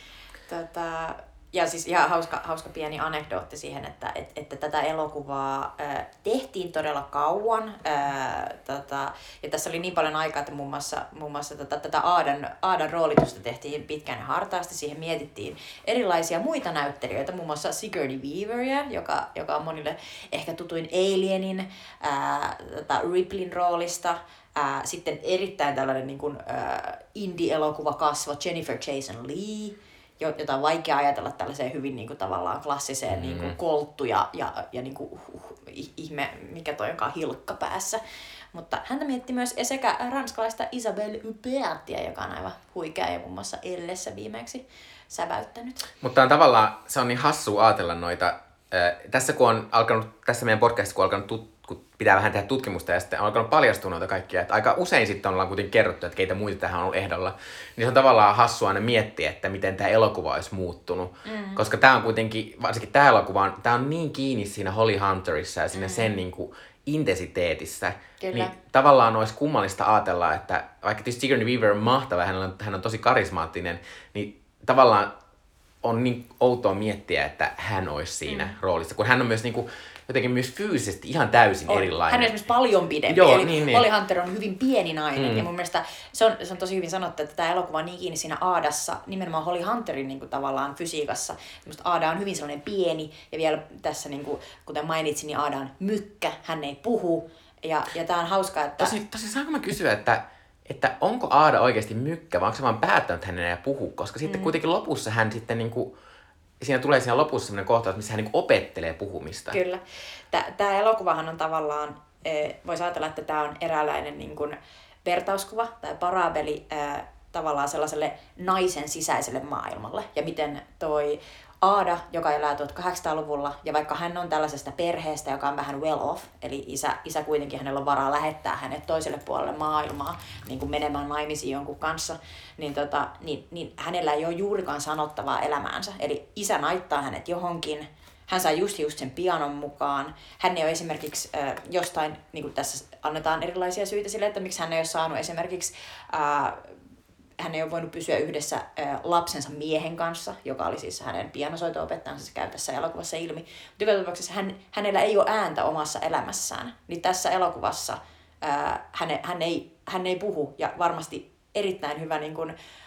Speaker 2: Tota... Ja siis ihan hauska, hauska pieni anekdootti siihen, että, että, että tätä elokuvaa ää, tehtiin todella kauan. Ää, tota, ja tässä oli niin paljon aikaa, että muun muassa, muun muassa tota, tätä Aadan, Aadan roolitusta tehtiin pitkään ja hartaasti. Siihen mietittiin erilaisia muita näyttelijöitä, muun muassa Sigourney Weaveria, joka, joka on monille ehkä tutuin Alienin, ää, tota Ripleyn roolista. Ää, sitten erittäin tällainen niin kuin, ää, indie-elokuvakasvo Jennifer Jason Leigh, jota on vaikea ajatella tällaiseen hyvin niin kuin, tavallaan klassiseen mm. niin kuin, kolttu ja, ja, ja niin kuin, uh, ihme, mikä toi onkaan hilkka päässä. Mutta häntä mietti myös sekä ranskalaista Isabelle Huppertia, joka on aivan huikea ja muun muassa Ellessä viimeksi säväyttänyt.
Speaker 1: Mutta on tavallaan, se on niin hassua ajatella noita. Äh, tässä kun on alkanut, tässä meidän podcastissa kun on alkanut tut- kun pitää vähän tehdä tutkimusta ja sitten on alkanut paljastua noita kaikkia, että aika usein sitten ollaan kuitenkin kerrottu, että keitä muita tähän on ollut ehdolla, niin se on tavallaan hassua aina miettiä, että miten tämä elokuva olisi muuttunut, mm. koska tämä on kuitenkin, varsinkin tämä elokuva on, tämä on niin kiinni siinä Holly Hunterissa ja siinä mm. sen niin kuin intensiteetissä, Kyllä. niin tavallaan olisi kummallista ajatella, että vaikka tietysti Sigourney Weaver on mahtava, hän on, hän on tosi karismaattinen, niin tavallaan on niin outoa miettiä, että hän olisi siinä mm. roolissa, kun hän on myös niin kuin, jotenkin myös fyysisesti ihan täysin
Speaker 2: on.
Speaker 1: erilainen.
Speaker 2: Hän on esimerkiksi paljon pidempi.
Speaker 1: Joo,
Speaker 2: Eli
Speaker 1: niin,
Speaker 2: Holly
Speaker 1: niin.
Speaker 2: Hunter on hyvin pieni nainen. Mm. Ja mun mielestä se on, se on tosi hyvin sanottu, että tämä elokuva on niin kiinni siinä Aadassa, nimenomaan Holly Hunterin niin kuin, tavallaan fysiikassa. Musta Aada on hyvin sellainen pieni. Ja vielä tässä, niin kuin, kuten mainitsin, niin Aada on mykkä. Hän ei puhu. Ja, ja tää on hauskaa, että...
Speaker 1: Tosi, tosi saanko mä kysyä, että, että onko Aada oikeasti mykkä, vai onko se vaan päättänyt, että hän ei enää puhu? Koska sitten mm. kuitenkin lopussa hän sitten niin kuin... Siinä tulee siinä lopussa sellainen kohtaus, missä hän niin opettelee puhumista.
Speaker 2: Kyllä. Tämä elokuvahan on tavallaan, voisi ajatella, että tämä on eräänlainen niin kuin vertauskuva tai parabeli tavallaan sellaiselle naisen sisäiselle maailmalle. Ja miten toi Aada, joka elää tuhatkahdeksansataaluvulla, ja vaikka hän on tällaisesta perheestä, joka on vähän well off, eli isä, isä kuitenkin hänellä on varaa lähettää hänet toiselle puolelle maailmaa, niin kuin menemään naimisiin jonkun kanssa, niin, tota, niin, niin hänellä ei ole juurikaan sanottavaa elämäänsä. Eli isä naittaa hänet johonkin, hän saa just just sen pianon mukaan. Hän ei ole esimerkiksi äh, jostain, niin kuin tässä annetaan erilaisia syitä sille, että miksi hän ei ole saanut esimerkiksi... Äh, hän ei ole voinut pysyä yhdessä ä, lapsensa miehen kanssa, joka oli siis hänen pianosoito-opettajansa, se käy tässä elokuvassa ilmi. Mutta joka tapauksessa hän, hänellä ei ole ääntä omassa elämässään. Niin tässä elokuvassa ä, hän, hän, ei, hän ei puhu, ja varmasti erittäin hyvä niin kun,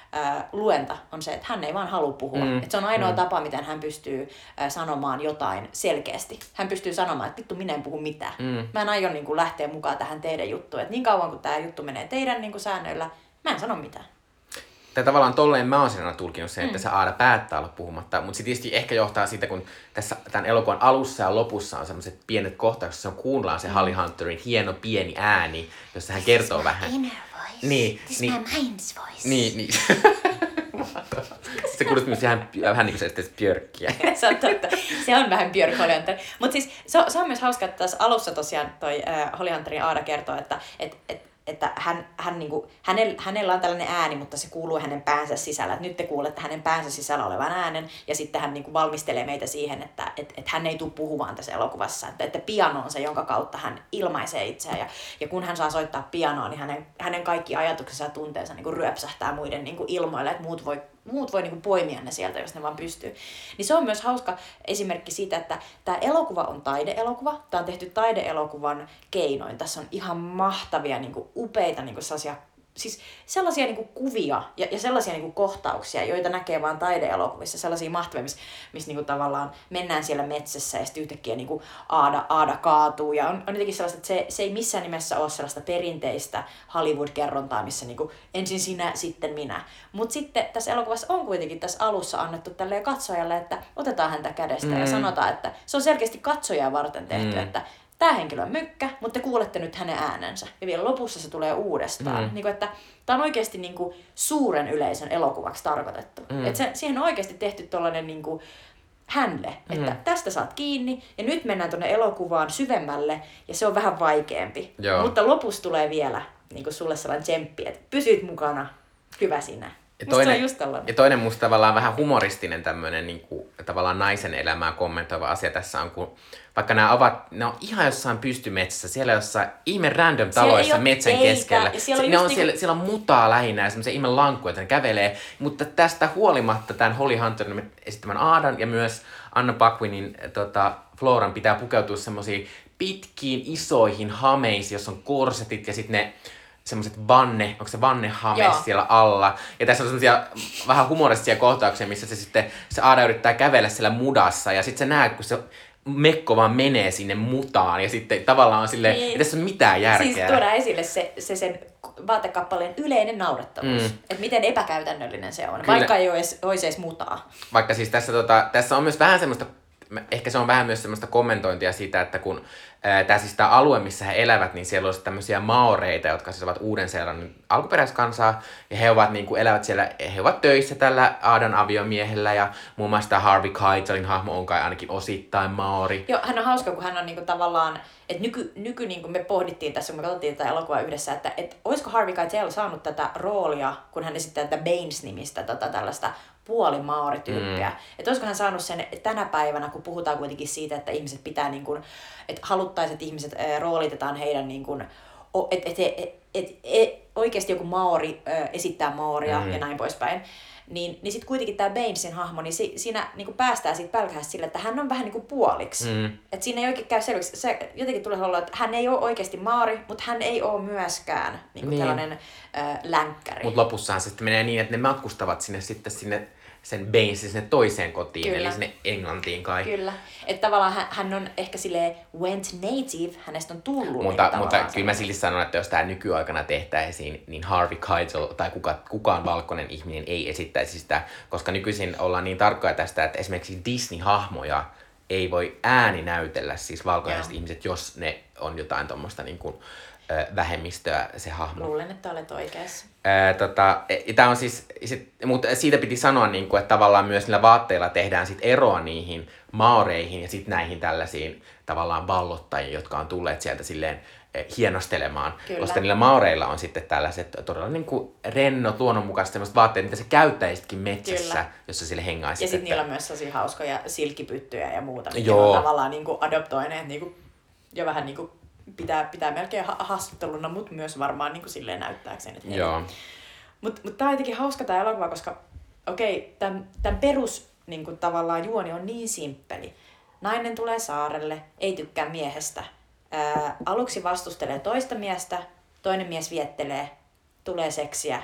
Speaker 2: ää, luenta on se, että hän ei vaan halua puhua. Mm. Et se on ainoa mm. tapa, miten hän pystyy ää, sanomaan jotain selkeästi. Hän pystyy sanomaan, että vittu, minä en puhu mitään. Mm. Mä en aio niin kuin, lähteä mukaan tähän teidän juttuun. Et niin kauan kun tämä juttu menee teidän niin kuin, säännöillä, mä en sano mitään.
Speaker 1: Tai tavallaan tolleen mä oon siinä tulkinut sen, että mm. se Aada päättää olla puhumatta, mutta se tietysti ehkä johtaa siitä, kun tässä tämän elokuvan alussa ja lopussa on sellaiset pienet kohtaukset, jossa kuunnellaan se mm. Holly Hunterin hieno pieni ääni, jossa hän kertoo vähän.
Speaker 2: Inner voice.
Speaker 1: Niin,
Speaker 2: This
Speaker 1: niin,
Speaker 2: my mind's voice.
Speaker 1: Niin, niin. Se kuulostaa myös ihan, vähän niin kuin se Björkkiä.
Speaker 2: Se on totta. Se on vähän Björk Holly Hunter. Mutta siis se on, se on myös hauska, että tässä alussa tosiaan toi äh, Holly Hunterin Aada kertoo, että et, et, että hän, hän niinku, hänellä, hänellä on tällainen ääni, mutta se kuuluu hänen päänsä sisällä. Et nyt te kuulette hänen päänsä sisällä olevan äänen, ja sitten hän niinku valmistelee meitä siihen, että et, et hän ei tule puhumaan tässä elokuvassa. Että, että piano on se, jonka kautta hän ilmaisee itseään. Ja, ja kun hän saa soittaa pianoa, niin hänen, hänen kaikki ajatuksensa ja tunteensa niinku ryöpsähtää muiden niinku ilmoille, että muut voi muut voi niinku poimia ne sieltä, jos ne vaan pystyy. Niin se on myös hauska esimerkki siitä, että tämä elokuva on taideelokuva. Tämä on tehty taideelokuvan keinoin. Tässä on ihan mahtavia, niinku, upeita niinku sellaisia, siis sellaisia niinku kuvia ja, ja sellaisia niinku kohtauksia, joita näkee vain taideelokuvissa. Sellaisia mahtavia, missä mis niinku tavallaan mennään siellä metsässä ja sitten yhtäkkiä niinku aada, aada kaatuu. Ja on, on jotenkin sellaista, että se, se ei missään nimessä ole sellaista perinteistä Hollywood-kerrontaa, missä niinku ensin sinä, sitten minä. Mutta sitten tässä elokuvassa on kuitenkin tässä alussa annettu tälleen katsojalle, että otetaan häntä kädestä mm. ja sanotaan, että se on selkeästi katsojaa varten tehty, mm. että tämä henkilö on mykkä, mutta te kuulette nyt hänen äänensä. Ja vielä lopussa se tulee uudestaan. Mm. Niin kuin, että tämä on oikeasti niin kuin suuren yleisön elokuvaksi tarkoitettu. Mm. Että se, siihen on oikeasti tehty tuollainen niin kuin hänle, että mm. tästä saat kiinni ja nyt mennään tuonne elokuvaan syvemmälle ja se on vähän vaikeampi. Joo. Mutta lopussa tulee vielä niin kuin sulle sellainen tsemppi, että pysyt mukana, hyvä sinä.
Speaker 1: Ja toinen, ja toinen musta tavallaan vähän humoristinen tämmöinen niin kuin, tavallaan naisen elämää kommentoiva asia tässä on, kun vaikka nämä ovat, ne on ihan jossain pystymetsässä, siellä jossain ihme random taloissa metsän teitä, keskellä. Siellä on, ne on niinku siellä, siellä on mutaa lähinnä ja semmoisia ihme lankkuja, että ne kävelee. Mutta tästä huolimatta tämän Holly Hunterin esittämän Aadan ja myös Anna Paquinin tota, Floran pitää pukeutua semmoisiin pitkiin, isoihin hameisiin, jossa on korsetit ja sitten ne semmoiset vanne, onko se vannehame siellä alla. Ja tässä on semmoisia vähän humoristisia kohtauksia, missä se sitten se Aada yrittää kävellä siellä mudassa ja sitten se näet, kun se mekko vaan menee sinne mutaan ja sitten tavallaan on silleen, niin. Ei tässä ole mitään järkeä.
Speaker 2: Siis tuodaan esille se, se sen vaatekappaleen yleinen naurettavuus. Mm. Että miten epäkäytännöllinen se on, Kyllä. vaikka ei olisi, olisi edes mutaa.
Speaker 1: Vaikka siis tässä, tota, tässä on myös vähän semmoista, ehkä se on vähän myös semmoista kommentointia siitä, että kun tämä siis tämä alue, missä he elävät, niin siellä on tämmöisiä maoreita, jotka siis ovat Uuden-Seelannin alkuperäiskansaa, ja he ovat niin kuin elävät siellä, he ovat töissä tällä Aadan aviomiehellä, ja muun muassa tämä Harvey Keitelin hahmo on kai ainakin osittain maori.
Speaker 2: Joo, hän on hauska, kun hän on niinku tavallaan, että nyky, nyky niinku me pohdittiin tässä, kun me katsottiin tätä elokuvaa yhdessä, että et, olisiko Harvey Keitel saanut tätä roolia, kun hän esittää tätä Baines-nimistä tota, tällaista puolimaorityyppiä. Mm. Että olisiko hän saanut sen tänä päivänä, kun puhutaan kuitenkin siitä, että ihmiset pitää niin kuin, että haluttaiset ihmiset ää, roolitetaan heidän niin kuin, että et, et, et, et, oikeasti joku maori ää, esittää maoria mm. ja näin poispäin. Niin, niin sitten kuitenkin tämä Bainesin hahmo, niin si, siinä niin päästään siitä pälkähästä sille, että hän on vähän niin kuin puoliksi. Mm. Että siinä ei oikein käy selväksi. Se jotenkin tulee olla, että hän ei ole oikeasti maori, mutta hän ei ole myöskään niin kuin niin. tällainen äh, länkkäri.
Speaker 1: Mutta lopussahan se sitten menee niin, että ne matkustavat sinne sitten sinne sen Bainesin sinne toiseen kotiin, Kyllä. eli sinne Englantiin kai.
Speaker 2: Kyllä. Että tavallaan hän, hän on ehkä silleen went native, hänestä on tullut.
Speaker 1: Mutta, niin mutta kyllä mä silti sanon, että jos tämä nykyaikana tehtäisiin, niin Harvey Keitel tai kuka, kukaan valkoinen ihminen ei esittäisi sitä, koska nykyisin ollaan niin tarkkoja tästä, että esimerkiksi Disney-hahmoja ei voi ääni näytellä, siis valkoiset ihmiset, jos ne on jotain tuommoista niin kuin vähemmistöä se hahmo.
Speaker 2: Luulen, että olet oikeassa.
Speaker 1: Ää, tota, tää on siis, sit, mutta siitä piti sanoa, niin kuin, että tavallaan myös niillä vaatteilla tehdään sit eroa niihin maoreihin ja sitten näihin tällaisiin tavallaan vallottajiin, jotka on tulleet sieltä silleen eh, hienostelemaan. Kyllä. Koska niillä maoreilla on sitten tällaiset todella niin kuin rennot, luonnonmukaiset sellaiset vaatteet, mitä sä käyttäisitkin metsässä, Kyllä. jossa sille hengaisit.
Speaker 2: Ja sitten että niillä on myös sellaisia hauskoja silkkipyttyjä ja muuta, mitkä on tavallaan niin kuin adoptoineet niin kuin, ja vähän niin kuin Pitää, pitää melkein ha- haastatteluna, mutta myös varmaan niin kuin silleen näyttääkseen. Että
Speaker 1: Joo.
Speaker 2: Mutta mut tää on jotenkin hauska tää elokuva, koska okei, tämän, tämän perus niin kuin tavallaan juoni on niin simppeli. Nainen tulee saarelle, ei tykkää miehestä. Ää, aluksi vastustelee toista miestä, toinen mies viettelee, tulee seksiä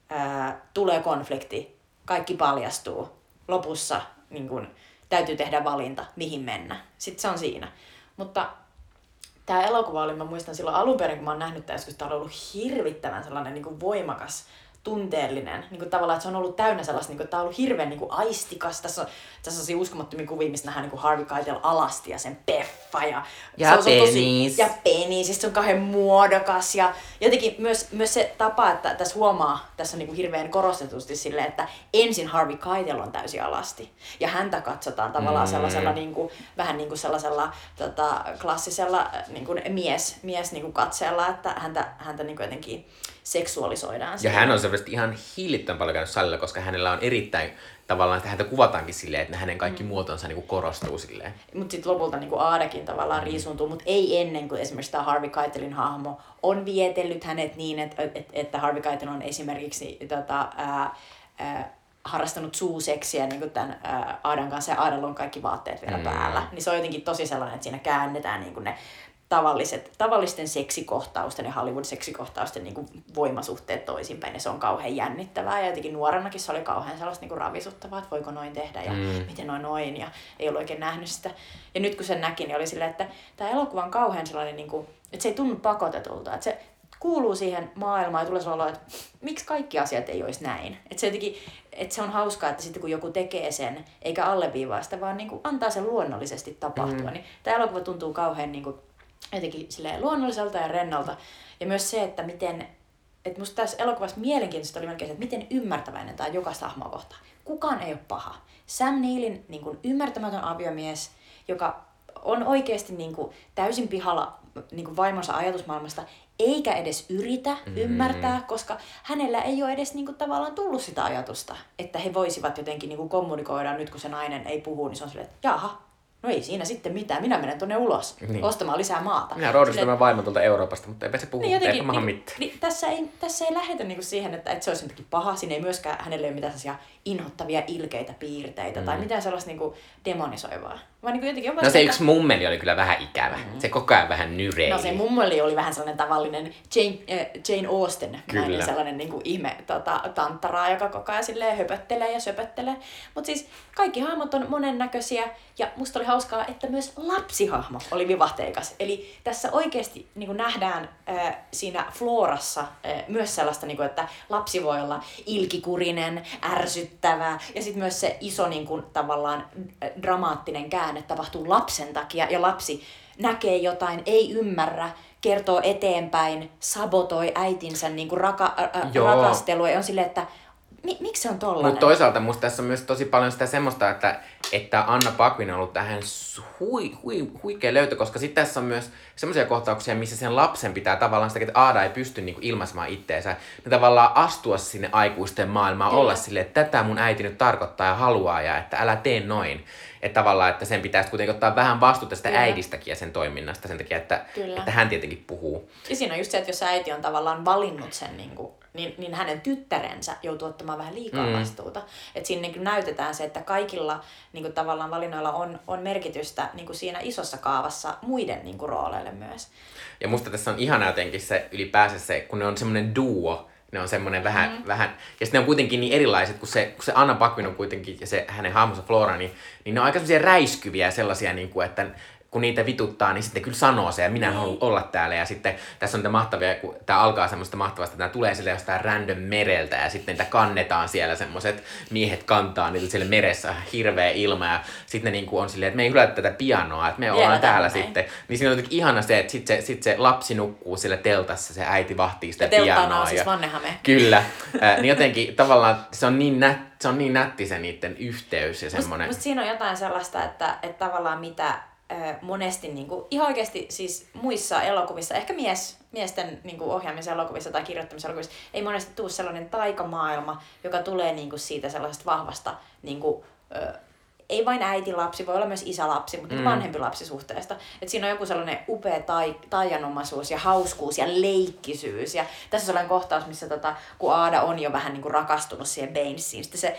Speaker 2: ää, tulee konflikti, kaikki paljastuu, lopussa niin kun, täytyy tehdä valinta, mihin mennä. Sitten se on siinä. Mutta tämä elokuva oli, mä muistan silloin alun perin, kun mä oon nähnyt tämän, joskus tää on ollut hirvittävän sellainen niin kuin voimakas, tunteellinen. Niin kuin tavallaan, että se on ollut täynnä sellaista, niin kuin, että tämä on ollut hirveän niin kuin aistikas. Tässä on, tässä on sellaisia uskomattomia kuvia, missä nähdään niin kuin Harvey Keitel alasti ja sen peffa. Ja,
Speaker 1: ja
Speaker 2: se on,
Speaker 1: penis.
Speaker 2: Tosi, ja penis. Ja se on kauhean muodokas. Ja jotenkin myös, myös se tapa, että tässä huomaa, tässä on niin kuin hirveän korostetusti silleen, että ensin Harvey Keitel on täysin alasti. Ja häntä katsotaan tavallaan mm. sellaisella, niin kuin, vähän niin kuin sellaisella tota, klassisella niin kuin mies, mies niin kuin katseella, että häntä, häntä niin kuin jotenkin seksuaalisoidaan.
Speaker 1: Ja
Speaker 2: siihen.
Speaker 1: hän on selvästi ihan hillittömän paljon käynyt salilla, koska hänellä on erittäin tavallaan, että häntä kuvataankin silleen, että hänen kaikki mm. muotonsa niin kuin korostuu silleen.
Speaker 2: Mutta sitten lopulta niin Aadakin tavallaan mm. riisuuntuu, mutta ei ennen kuin esimerkiksi tämä Harvey Keitelin hahmo on vietellyt hänet niin, että, että, että Harvey Keitel on esimerkiksi tota, ää, ää, harrastanut suuseksiä niin kuin tämän ää, Aadan kanssa ja Aadalla on kaikki vaatteet vielä mm. päällä. Niin se on jotenkin tosi sellainen, että siinä käännetään niin kuin ne tavalliset, tavallisten seksikohtausten ja Hollywood-seksikohtausten niin kuin voimasuhteet toisinpäin. Ja se on kauhean jännittävää. Ja jotenkin nuorenakin se oli kauhean sellaista niin kuin ravisuttavaa, että voiko noin tehdä ja mm. miten noin noin. Ja ei ollut oikein nähnyt sitä. Ja nyt kun sen näki, niin oli silleen, että tämä elokuva on kauhean sellainen, niin kuin, että se ei tunnu pakotetulta. Että se kuuluu siihen maailmaan ja tulee sellainen olo, että miksi kaikki asiat ei olisi näin. Että se, jotenkin, että se on hauskaa, että sitten kun joku tekee sen, eikä alleviivaa sitä, vaan niin kuin antaa sen luonnollisesti tapahtua. Mm. Niin tämä elokuva tuntuu kauhean niin kuin jotenkin silleen luonnolliselta ja rennalta. Ja myös se, että miten, että musta tässä elokuvassa mielenkiintoista oli melkein se, että miten ymmärtäväinen tämä on jokaista hahmoa kohtaan. Kukaan ei ole paha. Sam Neillin niin kuin ymmärtämätön aviomies, joka on oikeasti niin kuin täysin pihalla niin kuin vaimonsa ajatusmaailmasta, eikä edes yritä mm-hmm. ymmärtää, koska hänellä ei ole edes niin kuin, tavallaan tullut sitä ajatusta, että he voisivat jotenkin niin kuin kommunikoida nyt, kun se nainen ei puhu, niin se on silleen, että jaha, no ei siinä sitten mitään, minä menen tuonne ulos niin. ostamaan lisää maata.
Speaker 1: Minä roudustan tämän vaimon tuolta Euroopasta, mutta eipä se puhu,
Speaker 2: niin jotenkin,
Speaker 1: eipä maha
Speaker 2: niin,
Speaker 1: mitään.
Speaker 2: Niin, tässä, ei, tässä ei lähetä niinku siihen, että, että se olisi jotenkin paha, siinä ei myöskään hänelle ole mitään sellaisia inhottavia, ilkeitä piirteitä mm. tai mitään sellaista niinku demonisoivaa. Vaan niinku jotenkin on
Speaker 1: no se
Speaker 2: että...
Speaker 1: yksi mummeli oli kyllä vähän ikävä, mm. se koko ajan vähän nyreili.
Speaker 2: No se mummeli oli vähän sellainen tavallinen Jane, äh, Jane Austen, näin, sellainen niinku ihme tota, tanttara, joka koko ajan silleen höpöttelee ja söpöttelee. Mutta siis kaikki hahmot on monennäköisiä ja musta oli hauskaa, että myös lapsihahmo oli vivahteikas. Eli tässä oikeasti niin kuin nähdään äh, siinä Florassa äh, myös sellaista, niin kuin, että lapsi voi olla ilkikurinen, ärsyttävä ja sitten myös se iso niin kuin, tavallaan äh, dramaattinen käänne tapahtuu lapsen takia ja lapsi näkee jotain, ei ymmärrä, kertoo eteenpäin, sabotoi äitinsä niin kuin raka, äh, rakastelua ja on silleen, että Mi- miksi se on tollainen?
Speaker 1: Mutta toisaalta musta tässä on myös tosi paljon sitä semmoista, että, että Anna Paquin on ollut tähän hui, hui, huikea löytö, koska sitten tässä on myös semmoisia kohtauksia, missä sen lapsen pitää tavallaan sitä, että Aada ei pysty niinku ilmaisemaan itteensä, niin tavallaan astua sinne aikuisten maailmaan, Kyllä. olla silleen, että tätä mun äiti nyt tarkoittaa ja haluaa ja että älä tee noin. Että tavallaan, että sen pitäisi kuitenkin ottaa vähän vastuuta sitä Kyllä. äidistäkin ja sen toiminnasta sen takia, että, että hän tietenkin puhuu.
Speaker 2: Ja siinä on just se, että jos äiti on tavallaan valinnut sen, niin, kuin, niin, niin hänen tyttärensä joutuu ottamaan vähän liikaa mm. vastuuta. Että siinä niin näytetään se, että kaikilla niin kuin tavallaan valinnoilla on, on merkitystä niin kuin siinä isossa kaavassa muiden niin kuin rooleille myös.
Speaker 1: Ja musta tässä on ihana jotenkin se ylipäänsä se, kun ne on semmoinen duo, ne on semmoinen vähän, mm. vähän, ja sitten ne on kuitenkin niin erilaiset, kun se, kun se Anna Paquin on kuitenkin, ja se hänen hahmonsa Flora, niin, niin ne on aika semmoisia räiskyviä sellaisia, niin kuin, että kun niitä vituttaa, niin sitten kyllä sanoo se, ja minä mm. haluan olla täällä, ja sitten tässä on niitä mahtavia, kun tämä alkaa semmoista mahtavasta, että nämä tulee sille jostain random mereltä, ja sitten niitä kannetaan siellä, semmoiset miehet kantaa niitä siellä meressä, hirveä ilma, ja sitten ne niin kuin on silleen, että me ei hylätä tätä pianoa, että me ollaan Vielä täällä näin. Sitten. Niin siinä on jotenkin ihana se, että sitten se, sit se lapsi nukkuu siellä teltassa, se äiti vahtii sitä ja pianoa.
Speaker 2: On siis Vannehame.
Speaker 1: Kyllä. Äh, niin jotenkin tavallaan se on niin, nät, se on niin nätti se niiden yhteys ja semmoinen.
Speaker 2: Musta, musta siinä on jotain sellaista, että, että tavallaan mitä monesti niin kuin, ihan oikeasti siis muissa elokuvissa, ehkä mies, miesten niin kuin, ohjaamisen elokuvissa tai kirjoittamisen elokuvissa, ei monesti tule sellainen taikamaailma, joka tulee niin kuin, siitä sellaisesta vahvasta, niin kuin, ö, ei vain äiti-lapsi, voi olla myös isä-lapsi, mutta mm. vanhempi lapsisuhteesta. Et siinä on joku sellainen upea tai, taianomaisuus ja hauskuus ja leikkisyys. Ja tässä on sellainen kohtaus, missä tota, kun Aada on jo vähän niin kuin rakastunut siihen Bainesiin, sitten se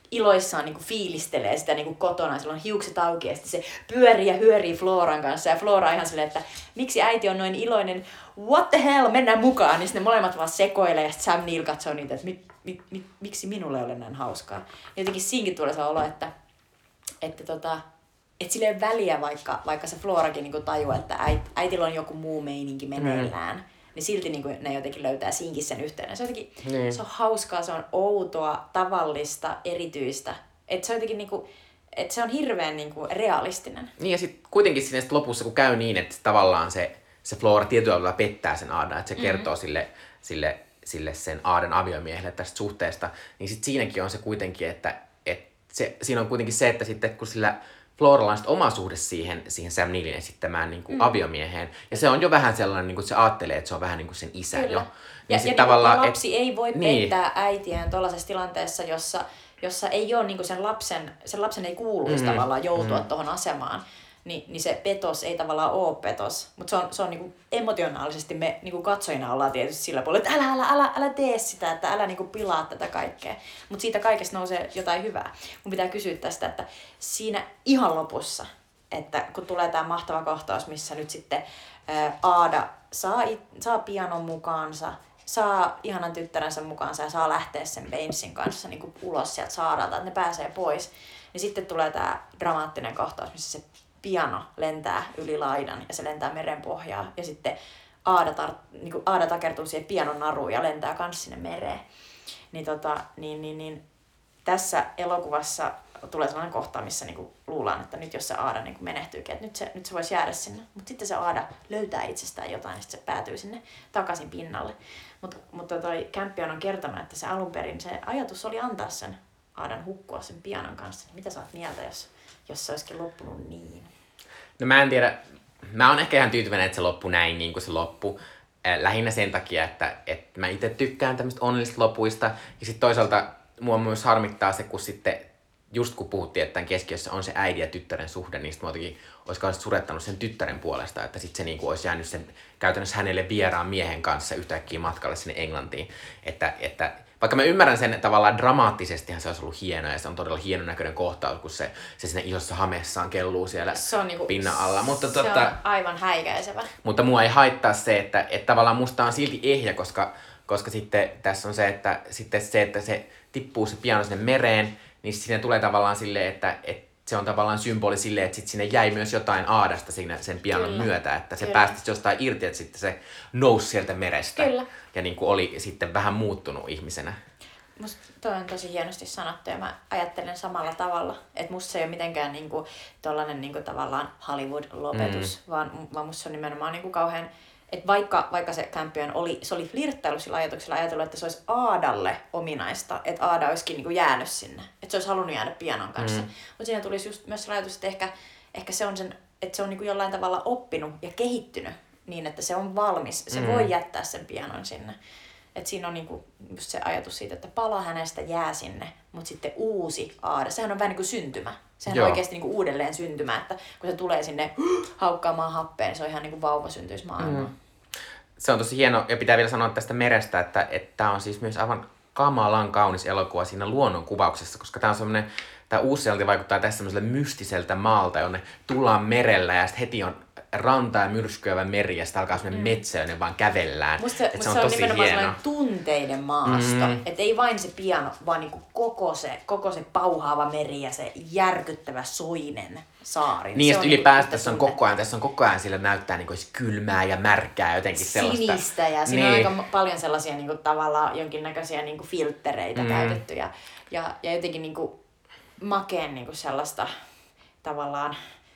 Speaker 2: iloissaan niinku fiilistelee sitä niinku kotona, sillä on hiukset auki ja sitten se pyörii ja hyörii Floran kanssa ja Flora on ihan silleen, että miksi äiti on noin iloinen, what the hell, mennään mukaan, niin sitten ne molemmat vaan sekoilee ja sitten Sam Neill katsoo niitä, että mi, mi, mi, miksi minulle ei ole näin hauskaa. Ja jotenkin siinkin tulee se olo, että, että, tota, että sillä ei ole väliä, vaikka, vaikka se Florakin niinku tajuaa, että äit, äitillä on joku muu meininki meneillään. Mm. Niin silti niin kuin ne jotenkin löytää siinkin sen yhteyden. Se on, jotenkin, niin. Se on hauskaa, se on outoa, tavallista, erityistä. Että se on jotenkin niin kuin, että se on hirveän niin kuin realistinen.
Speaker 1: Niin ja sitten kuitenkin siinä sit lopussa, kun käy niin, että tavallaan se, se Flora tietyllä tavalla pettää sen Aadan, että se mm-hmm. kertoo sille, sille, sille sen Aadan aviomiehelle tästä suhteesta, niin sitten siinäkin on se kuitenkin, että, että se, siinä on kuitenkin se, että sitten kun sillä Floralla on sitten oma suhde siihen, siihen Sam Neillin esittämään niin kuin mm. aviomieheen. Ja se on jo vähän sellainen, niin kuin se ajattelee, että se on vähän niin kuin sen isä Kyllä. jo.
Speaker 2: Ja, ja, ja tavallaan, lapsi et, ei voi niin. pettää äitiään tuollaisessa tilanteessa, jossa, jossa ei ole niin kuin sen lapsen, sen lapsen ei kuuluisi mm. tavallaan joutua mm. tuohon asemaan. Ni, niin se petos ei tavallaan ole petos. Mutta se on, se on niinku emotionaalisesti me niinku katsojina ollaan tietysti sillä puolella, että älä, älä, älä, älä tee sitä, että älä niinku pilaa tätä kaikkea. Mutta siitä kaikesta nousee jotain hyvää. Mun pitää kysyä tästä, että siinä ihan lopussa, että kun tulee tämä mahtava kohtaus, missä nyt sitten ää, Aada saa, it, saa pianon mukaansa, saa ihanan tyttärensä mukaansa ja saa lähteä sen Banesin kanssa niinku ulos sieltä saaralta, että ne pääsee pois. Niin sitten tulee tämä dramaattinen kohtaus, missä se piano lentää yli laidan ja se lentää meren pohjaa. Ja sitten Aada, tar- niin Aada takertuu siihen pianon naruun ja lentää kans sinne mereen. Niin, tota, niin, niin, niin tässä elokuvassa tulee sellainen kohta, missä niinku luullaan, että nyt jos se Aada niinku menehtyykin, että nyt se, nyt se voisi jäädä sinne. Mutta sitten se Aada löytää itsestään jotain ja sitten se päätyy sinne takaisin pinnalle. Mutta mutta toi Campion on kertonut, että se alun perin se ajatus oli antaa sen Aadan hukkua sen pianon kanssa. Mitä sä oot mieltä, jos, jos se olisikin loppunut niin?
Speaker 1: No mä en tiedä. Mä oon ehkä ihan tyytyväinen, että se loppui näin niin kuin se loppui. Lähinnä sen takia, että, että mä itse tykkään tämmöistä onnellisista lopuista. Ja sitten toisaalta mua myös harmittaa se, kun sitten just kun puhuttiin, että tämän keskiössä on se äidin ja tyttären suhde, niin sitten mä jotenkin olisi kauheasti surettanut sen tyttären puolesta, että sitten se niin kuin olisi jäänyt sen käytännössä hänelle vieraan miehen kanssa yhtäkkiä matkalle sinne Englantiin. Että, että vaikka mä ymmärrän sen tavallaan dramaattisestihan se olisi ollut hienoa ja se on todella hienon näköinen kohtaus, kun se, se siinä isossa hameessaan kelluu siellä niinku, pinnan alla. Mutta
Speaker 2: se
Speaker 1: totta,
Speaker 2: on aivan häikäisevä. Mutta
Speaker 1: mua ei haittaa se, että, että tavallaan musta on silti ehjä, koska, koska sitten tässä on se, että, sitten se, että se tippuu se piano sinne mereen, niin siinä tulee tavallaan silleen, että, että se on tavallaan symboli silleen, että sitten sinne jäi myös jotain Aadasta siinä sen pianon Kyllä. myötä, että se päästi jostain irti, että sitten se nousi sieltä merestä. Kyllä. Ja niin kuin oli sitten vähän muuttunut ihmisenä.
Speaker 2: Musta toi on tosi hienosti sanottu ja mä ajattelen samalla tavalla, että musta se ei ole mitenkään niinku tollanen niinku tavallaan Hollywood-lopetus, mm. vaan, vaan musta se on nimenomaan niinku kauhean, että vaikka, vaikka se Campion oli, se oli flirttailu sillä ajatuksella ajatellut, että se olisi Aadalle ominaista, että Aada olisikin niinku jäänyt sinne, että se olisi halunnut jäädä pianon kanssa. Mm. Mutta siinä tulisi just myös se ajatus, että ehkä, ehkä se on, sen, että se on niinku jollain tavalla oppinut ja kehittynyt niin, että se on valmis, se mm. voi jättää sen pianon sinne. Et siinä on niinku just se ajatus siitä, että pala hänestä jää sinne, mutta sitten uusi Aada, sehän on vähän niin kuin syntymä. Sehän Joo. on oikeasti niinku uudelleen syntymä, että kun se tulee sinne haukkaamaan happeen, se on ihan niin kuin vauva syntyisi maailmaan. Mm.
Speaker 1: Se on tosi hieno, ja pitää vielä sanoa tästä merestä, että tämä on siis myös aivan kamalan kaunis elokuva siinä luonnon kuvauksessa, koska tämä on semmoinen, tämä Uusi-Seelanti vaikuttaa tässä semmoiselle mystiseltä maalta, jonne tullaan merellä ja sitten heti on ranta ja myrskyävä meri ja sitten alkaa semmoinen mm. metsä, jonne vaan kävellään.
Speaker 2: Musta, musta se on, se on tosi nimenomaan hieno. Sellainen tunteiden maasto. Mm. Että ei vain se piano, vaan niinku koko, se, koko se pauhaava meri ja se järkyttävä soinen saari.
Speaker 1: Niin, ja ylipäätään tässä on koko ajan, tässä on koko ajan sillä näyttää niinku kylmää ja märkää jotenkin sellaista.
Speaker 2: Sinistä ja siinä niin. on aika paljon sellaisia niinku, tavallaan jonkinnäköisiä niinku, filttereitä mm. käytetty ja, ja, ja jotenkin niinku, makeen niinku, sellaista tavallaan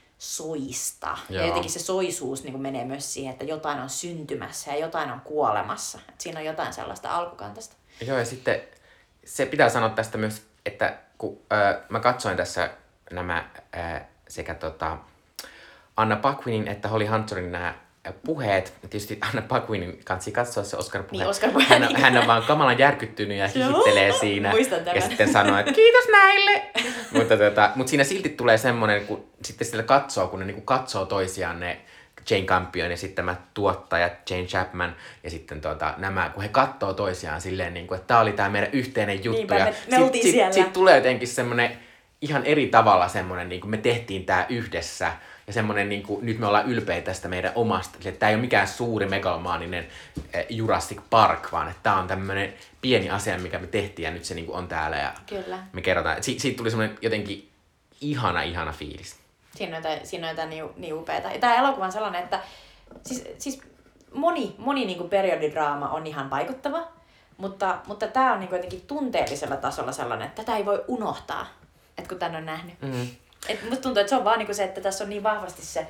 Speaker 2: soista. Joo. Ja jotenkin se soisuus niin menee myös siihen, että jotain on syntymässä ja jotain on kuolemassa. Et siinä on jotain sellaista alkukantaista.
Speaker 1: Joo, ja sitten se pitää sanoa tästä myös, että kun äh, mä katsoin tässä nämä äh, sekä tota, Anna Paquinin että Holly Hunterin nämä puheet. Tietysti Anna Paquinin kanssa katsoa se Oscar-puhe.
Speaker 2: Niin, Oscar-puhe.
Speaker 1: Hän, on, hän on vaan kamalan järkyttynyt ja hihittelee siinä. Ja sitten sanoo, että kiitos näille. mutta, tota, mutta siinä silti tulee semmoinen, kun sitten sillä katsoo, kun ne niinku katsoo toisiaan ne Jane Campion ja sitten tämä tuottaja Jane Chapman ja sitten tuota, nämä, kun he katsoo toisiaan silleen, niin kuin, että tämä oli tämä meidän yhteinen juttu.
Speaker 2: Niinpä,
Speaker 1: ja
Speaker 2: me, me
Speaker 1: sitten sit,
Speaker 2: sit,
Speaker 1: sit tulee jotenkin semmoinen ihan eri tavalla semmoinen, niin kuin me tehtiin tämä yhdessä. Ja semmoinen, niin kuin, nyt me ollaan ylpeitä tästä meidän omasta, että tämä ei ole mikään suuri megalomaaninen eh, Jurassic Park, vaan että tämä on tämmöinen pieni asia, mikä me tehtiin ja nyt se niin kuin on täällä ja
Speaker 2: Kyllä.
Speaker 1: me kerrotaan. Si- siitä tuli semmoinen jotenkin ihana, ihana fiilis.
Speaker 2: Siinä on jotain, siinä on jotain niin, niin upeata. Ja tämä elokuva on sellainen, että siis, siis moni, moni niin kuin periodidraama on ihan vaikuttava, mutta, mutta tämä on niin kuin jotenkin tunteellisella tasolla sellainen, että tätä ei voi unohtaa, että kun tämän on nähnyt. Mm-hmm. Et musta tuntuu, että se on vaan niinku se, että tässä on niin vahvasti se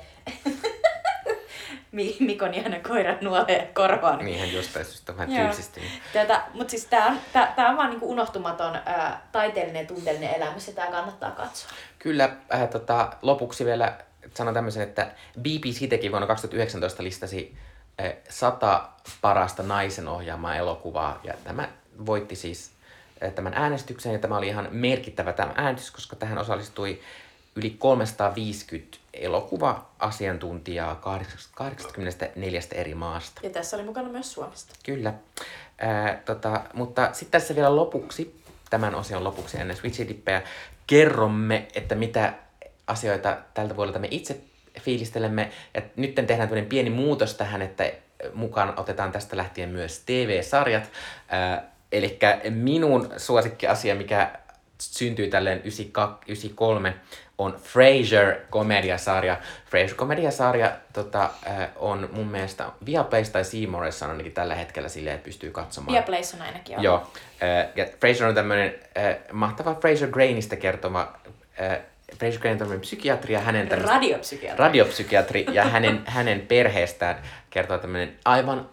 Speaker 2: Mikon ihana koiran nuolee korvaan.
Speaker 1: Niinhän just tässä vähän tylsistynyt.
Speaker 2: Mutta siis tää on, tää, tää on vaan niinku unohtumaton ää, taiteellinen ja tunteellinen elämys ja tää kannattaa katsoa.
Speaker 1: Kyllä, äh, tota, lopuksi vielä sanon tämmöisen, että B B C teki vuonna kaksituhattayhdeksäntoista listasi äh, sata parasta naisen ohjaamaa elokuvaa ja tämä voitti siis äh, tämän äänestyksen ja tämä oli ihan merkittävä tämä äänestys, koska tähän osallistui yli kolmesataaviisikymmentä elokuva-asiantuntijaa kahdeksankymmentäneljä eri maasta.
Speaker 2: Ja tässä oli mukana myös Suomesta.
Speaker 1: Kyllä. Ää, tota, mutta sitten tässä vielä lopuksi, tämän osion lopuksi ennen Switchy-dippejä, kerromme, että mitä asioita tältä vuodelta me itse fiilistelemme. Ja nyt tehdään tämmöinen pieni muutos tähän, että mukaan otetaan tästä lähtien myös T V-sarjat. Eli minun suosikkiasia, mikä syntyi tälleen yhdeksänkymmentäkolme, on Frasier-komediasarja. Frasier-komediasarja tota, äh, on mun mielestä Viaplaysta tai C Moressa on ainakin tällä hetkellä silleen, että pystyy katsomaan.
Speaker 2: Viaplayssa on ainakin.
Speaker 1: Joo. Äh, ja Frasier on tämmönen äh, mahtava Frasier Grainista kertova äh, Frasier Grain on tämmönen psykiatri ja hänen tämmönen...
Speaker 2: Radiopsykiatri.
Speaker 1: Radiopsykiatri ja hänen, hänen perheestään kertoo tämmönen aivan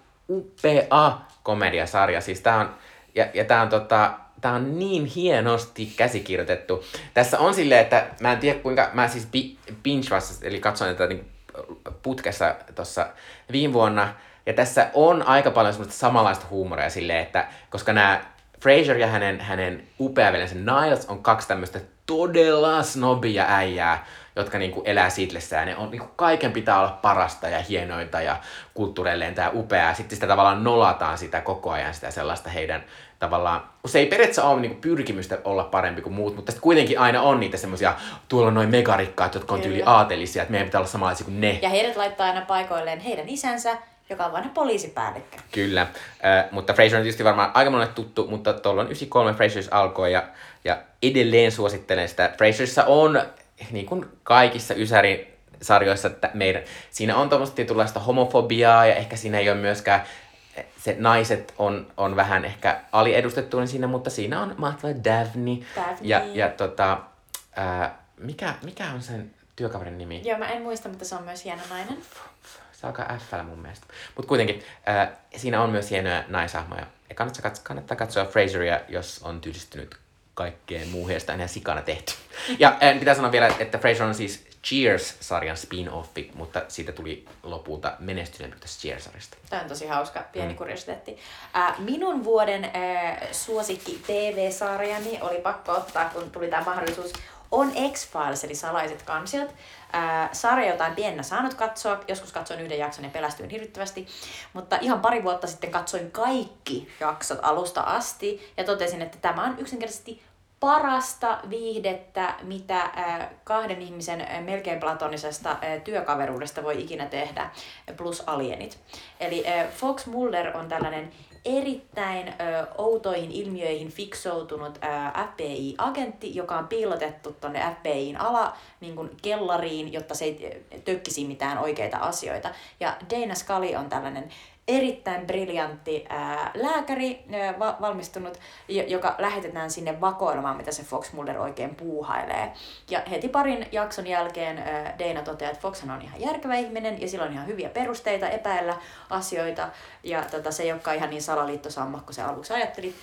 Speaker 1: upea komediasarja. Siis tää on, ja, ja tää on tota... Tää on niin hienosti käsikirjoitettu. Tässä on silleen, että mä en tiedä kuinka, mä siis binge-vasta, eli katsoin tätä niin putkessa tuossa viime vuonna. Ja tässä on aika paljon semmoista samanlaista huumoria silleen, että koska nämä Frasier ja hänen, hänen upea veljensä Niles on kaksi tämmöistä todella snobia äijää, jotka niinku elää sitlessään. Ne on, niinku kaiken pitää olla parasta ja hienointa ja kulttuureilleen tää upeaa. Sitten sitä tavallaan nolataan sitä koko ajan, sitä sellaista heidän tavallaan... Se ei periaatteessa ole niinku pyrkimystä olla parempi kuin muut, mutta sitten kuitenkin aina on niitä semmosia, tuolla on noin megarikkaat, jotka on tyyli aatelisia, että meidän pitää olla samanlaisia kuin ne.
Speaker 2: Ja heidät laittaa aina paikoilleen heidän isänsä, joka on vanha poliisipäällikkö.
Speaker 1: Kyllä, äh, mutta Frasier on tietysti varmaan aika monelle tuttu, mutta tuolla on yhdeksänkymmentäkolme Frasier alkoi ja, ja edelleen suosittelen sitä. Frasierissa on, niin kuin kaikissa Ysärin sarjoissa, että meidän, siinä on tuommoista tietynlaista homofobiaa ja ehkä siinä ei ole myöskään, se naiset on, on vähän ehkä aliedustettuina siinä, mutta siinä on mahtava Daphne.
Speaker 2: Daphne.
Speaker 1: Ja, ja tota, äh, mikä, mikä on sen työkaverin nimi?
Speaker 2: Joo, mä en muista, mutta se on myös hieno nainen.
Speaker 1: Se alkaa F:llä mun mielestä. Mutta kuitenkin, äh, siinä on myös hienoja naishahmoja. Ja kannattaa, katsoa, kannattaa katsoa Frasieria, jos on tylistynyt kaikkeen muuhun, josta on ihan sikana tehty. Ja äh, pitää sanoa vielä, että Frasier on siis Cheers-sarjan spin-offi, mutta siitä tuli lopulta menestyneempi tästä Cheers-sarjasta.
Speaker 2: Tämä on tosi hauska, pieni mm. kuriositeetti. Äh, minun vuoden äh, suosikki T V-sarjani oli pakko ottaa, kun tuli tämä mahdollisuus, on X-Files, eli salaiset kansiot. Äh, sarja, jota en pienenä saanut katsoa. Joskus katsoin yhden jakson ja pelästyin hirvittävästi. Mutta ihan pari vuotta sitten katsoin kaikki jaksot alusta asti. Ja totesin, että tämä on yksinkertaisesti parasta viihdettä, mitä äh, kahden ihmisen äh, melkein platonisesta äh, työkaveruudesta voi ikinä tehdä, äh, plus alienit. Eli äh, Fox Mulder on tällainen erittäin ö, outoihin ilmiöihin fiksoutunut ö, F B I-agentti, joka on piilotettu tonne F B I:n ala niin kuin kellariin, jotta se ei tökkisi mitään oikeita asioita. Ja Dana Scully on tällainen erittäin briljantti ää, lääkäri, ää, va- valmistunut, joka lähetetään sinne vakoilemaan, mitä se Fox Mulder oikein puuhailee. Ja heti parin jakson jälkeen ää, Dana toteaa, että Foxhan on ihan järkevä ihminen ja sillä on ihan hyviä perusteita epäillä asioita. Ja tota, se ei olekaan ihan niin salaliittosamma kuin se aluksi ajatteli.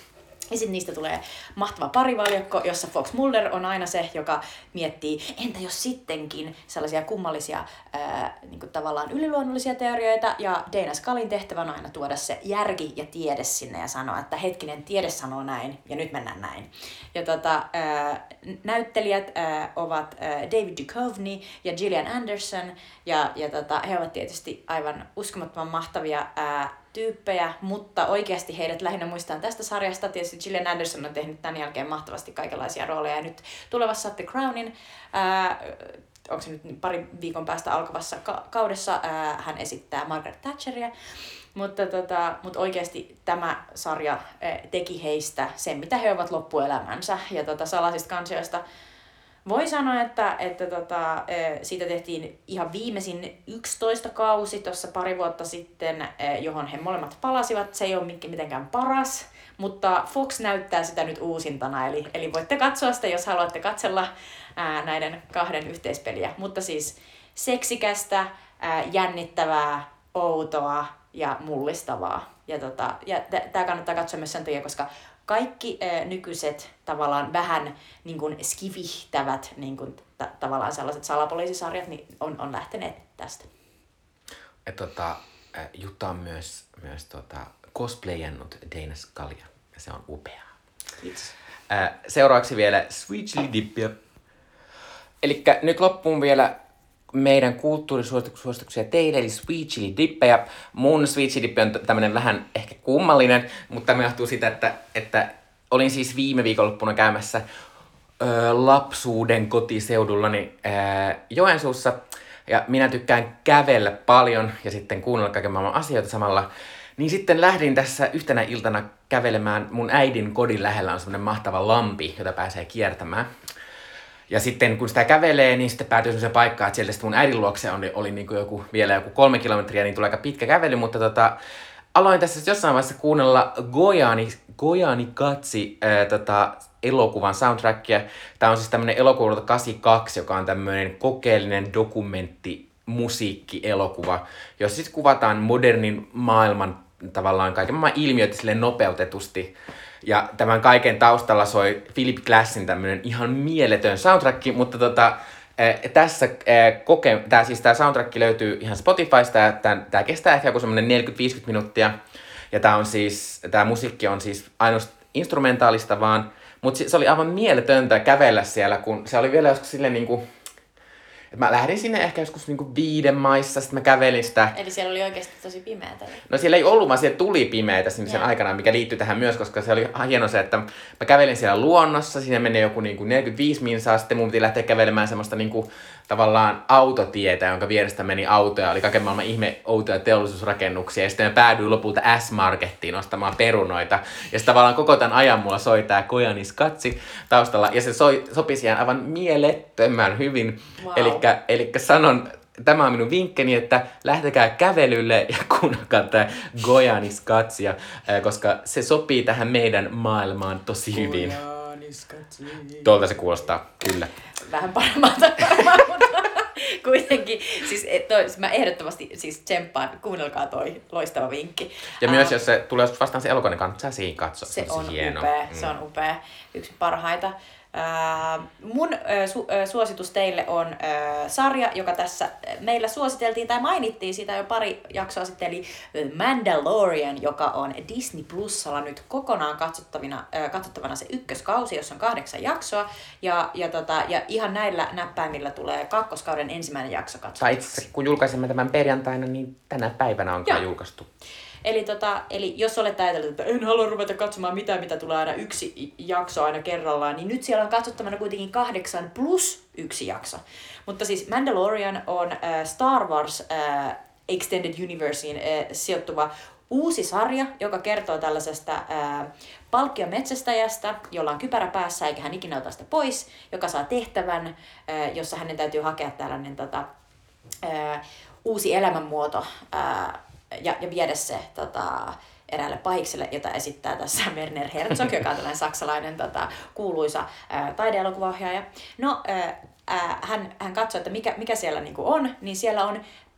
Speaker 2: Ja sitten niistä tulee mahtava parivaljakko, jossa Fox Mulder on aina se, joka miettii, entä jos sittenkin sellaisia kummallisia ää, niin kuin tavallaan yliluonnollisia teorioita, ja Dana Scullyn tehtävä on aina tuoda se järki ja tiede sinne ja sanoa, että hetkinen, tiede sanoo näin, ja nyt mennään näin. Ja tota, ää, näyttelijät ää, ovat ää, David Duchovny ja Gillian Anderson, ja, ja tota, he ovat tietysti aivan uskomattoman mahtavia ää, tyyppejä, mutta oikeasti heidät lähinnä muistaan tästä sarjasta. Tietysti Gillian Anderson on tehnyt tämän jälkeen mahtavasti kaikenlaisia rooleja. Ja nyt tulevassa The Crownin, ää, onko se nyt pari viikon päästä alkavassa ka- kaudessa, ää, hän esittää Margaret Thatcheria. Mutta, tota, mutta oikeasti tämä sarja ää, teki heistä sen, mitä he ovat loppuelämänsä. Ja tota, Salaisista kansioista voi sanoa, että, että tota, siitä tehtiin ihan viimeisin yksitoista kausi tuossa pari vuotta sitten, johon he molemmat palasivat. Se ei ole mitenkään paras, mutta Fox näyttää sitä nyt uusintana. Eli, eli voitte katsoa sitä, jos haluatte katsella ää, näiden kahden yhteispeliä. Mutta siis seksikästä, ää, jännittävää, outoa ja mullistavaa. Ja, tota, ja t- tämä kannattaa katsoa myös sen takia, koska kaikki äh, nykyiset tavallaan vähän niin kuin skivihtävät niin kuin, ta- tavallaan sellaiset salapoliisisarjat niin on, on lähteneet tästä.
Speaker 1: Et, tota, Jutta on myös, myös tota, cosplayannut Dana Scullyä ja se on upeaa.
Speaker 2: Kiitos.
Speaker 1: Äh, seuraavaksi vielä Sweet Chili Dippiä. Elikkä nyt loppuun vielä meidän kulttuurisuosituksia teille, eli Sweet Chili Dippejä. Mun Sweet Chili Dippi on tämmönen vähän ehkä kummallinen, mutta tämä johtuu siitä, että, että olin siis viime viikonloppuna käymässä ö, lapsuuden kotiseudullani ö, Joensuussa. Ja minä tykkään kävellä paljon ja sitten kuunnella kaiken maailman asioita samalla. Niin sitten lähdin tässä yhtenä iltana kävelemään. Mun äidin kodin lähellä on semmonen mahtava lampi, jota pääsee kiertämään. Ja sitten kun sitä kävelee, niin sitten päätyy semmoiseen paikkaan, että sieltä mun äidin luokse oli, oli niin kuin joku, vielä joku kolme kilometriä, niin tulee aika pitkä kävely, mutta tota, aloin tässä jossain vaiheessa kuunnella Gojani, Gojani Katsi ää, tota, elokuvan soundtrackia. Tämä on siis tämmönen elokuva kahdeksankymmentäkaksi, joka on tämmöinen kokeellinen dokumentti musiikkielokuva, jossa siis kuvataan modernin maailman tavallaan kaiken maailman ilmiöitä silleen nopeutetusti. Ja tämän kaiken taustalla soi Philip Glassin tämmönen ihan mieletön soundtrack, mutta tota, äh, tässä äh, koke, tää, siis tää soundtrack löytyy ihan Spotifysta ja tää, tää kestää ehkä joku semmonen neljäkymmentä viisikymmentä minuuttia. Ja tää on siis, tää musiikki on siis ainoastaan instrumentaalista vaan, mutta se oli aivan mieletöntä kävellä siellä, kun se oli vielä joskus silleen niinku, että mä lähdin sinne ehkä joskus niinku viiden maissa, sitten mä kävelin sitä.
Speaker 2: Eli siellä oli oikeasti tosi pimeätä.
Speaker 1: No siellä ei ollut, vaan siellä tuli pimeätä sinne sen
Speaker 2: Joo.
Speaker 1: aikana, mikä liittyy tähän myös, koska se oli hieno se, että mä kävelin siellä luonnossa, siinä menee joku niinku neljäkymmentäviisi minsaa, sitten mun piti lähteä kävelemään semmoista niinku tavallaan autotietä, jonka vierestä meni autoja, oli kaiken maailman ihme outoja teollisuusrakennuksia, ja sitten mä päädyin lopulta S-Markettiin ostamaan perunoita, ja sitten tavallaan koko tämän ajan mulla soi tää Gojani Katsi taustalla, ja se soi, sopi siihen aivan mielettömän hyvin,
Speaker 2: Wow.
Speaker 1: elikkä, elikkä sanon, tämä on minun vinkkeni, että lähtekää kävelylle ja kuunnelkaa tää Gojani Katsia, koska se sopii tähän meidän maailmaan tosi hyvin. Tuolta se kuulostaa, kyllä.
Speaker 2: Vähän paremmalta varmaan, mutta kuitenkin. Siis, toi, mä ehdottomasti siis tsemppaan, kuunnelkaa toi loistava vinkki.
Speaker 1: Ja myös
Speaker 2: Ää,
Speaker 1: jos se tulee joskus vastaan se elokuva, niin kannattaa siinä katsoa.
Speaker 2: Se on
Speaker 1: hieno.
Speaker 2: upea,
Speaker 1: Mm.
Speaker 2: se on upea. Yksi parhaita. Ää, mun ää, su, ää, suositus teille on ää, sarja, joka tässä meillä suositeltiin tai mainittiin siitä jo pari jaksoa sitten, eli The Mandalorian, joka on Disney Plusalla nyt kokonaan katsottavina, ää, katsottavana se ykköskausi, jossa on kahdeksan jaksoa. Ja, ja, tota, ja ihan näillä näppäimillä tulee kakkoskauden ensimmäinen jakso
Speaker 1: Tai
Speaker 2: katsottavaksi.
Speaker 1: itse asiassa, kun julkaisemme tämän perjantaina, niin tänä päivänä on kyllä
Speaker 2: Joo.
Speaker 1: julkaistu.
Speaker 2: Eli, tota, eli jos olet ajatellut, että en halua ruveta katsomaan mitään, mitä tulee aina yksi jakso aina kerrallaan, niin nyt siellä on katsottavana kuitenkin kahdeksan plus yksi jakso. Mutta siis Mandalorian on äh, Star Wars äh, Extended Universeen äh, sijoittuva uusi sarja, joka kertoo tällaisesta äh, palkkiometsästäjästä, jolla on kypärä päässä eikä hän ikinä ota sitä pois, joka saa tehtävän, äh, jossa hänen täytyy hakea tällainen tota, äh, uusi elämänmuoto äh, ja, ja viedä se tota, eräälle pahikselle, jota esittää tässä Werner Herzog, joka on tällainen saksalainen tota, kuuluisa ää, taideelokuvaohjaaja. No, ää, ää, hän, hän katsoi, että mikä, mikä siellä niinku on, niin siellä on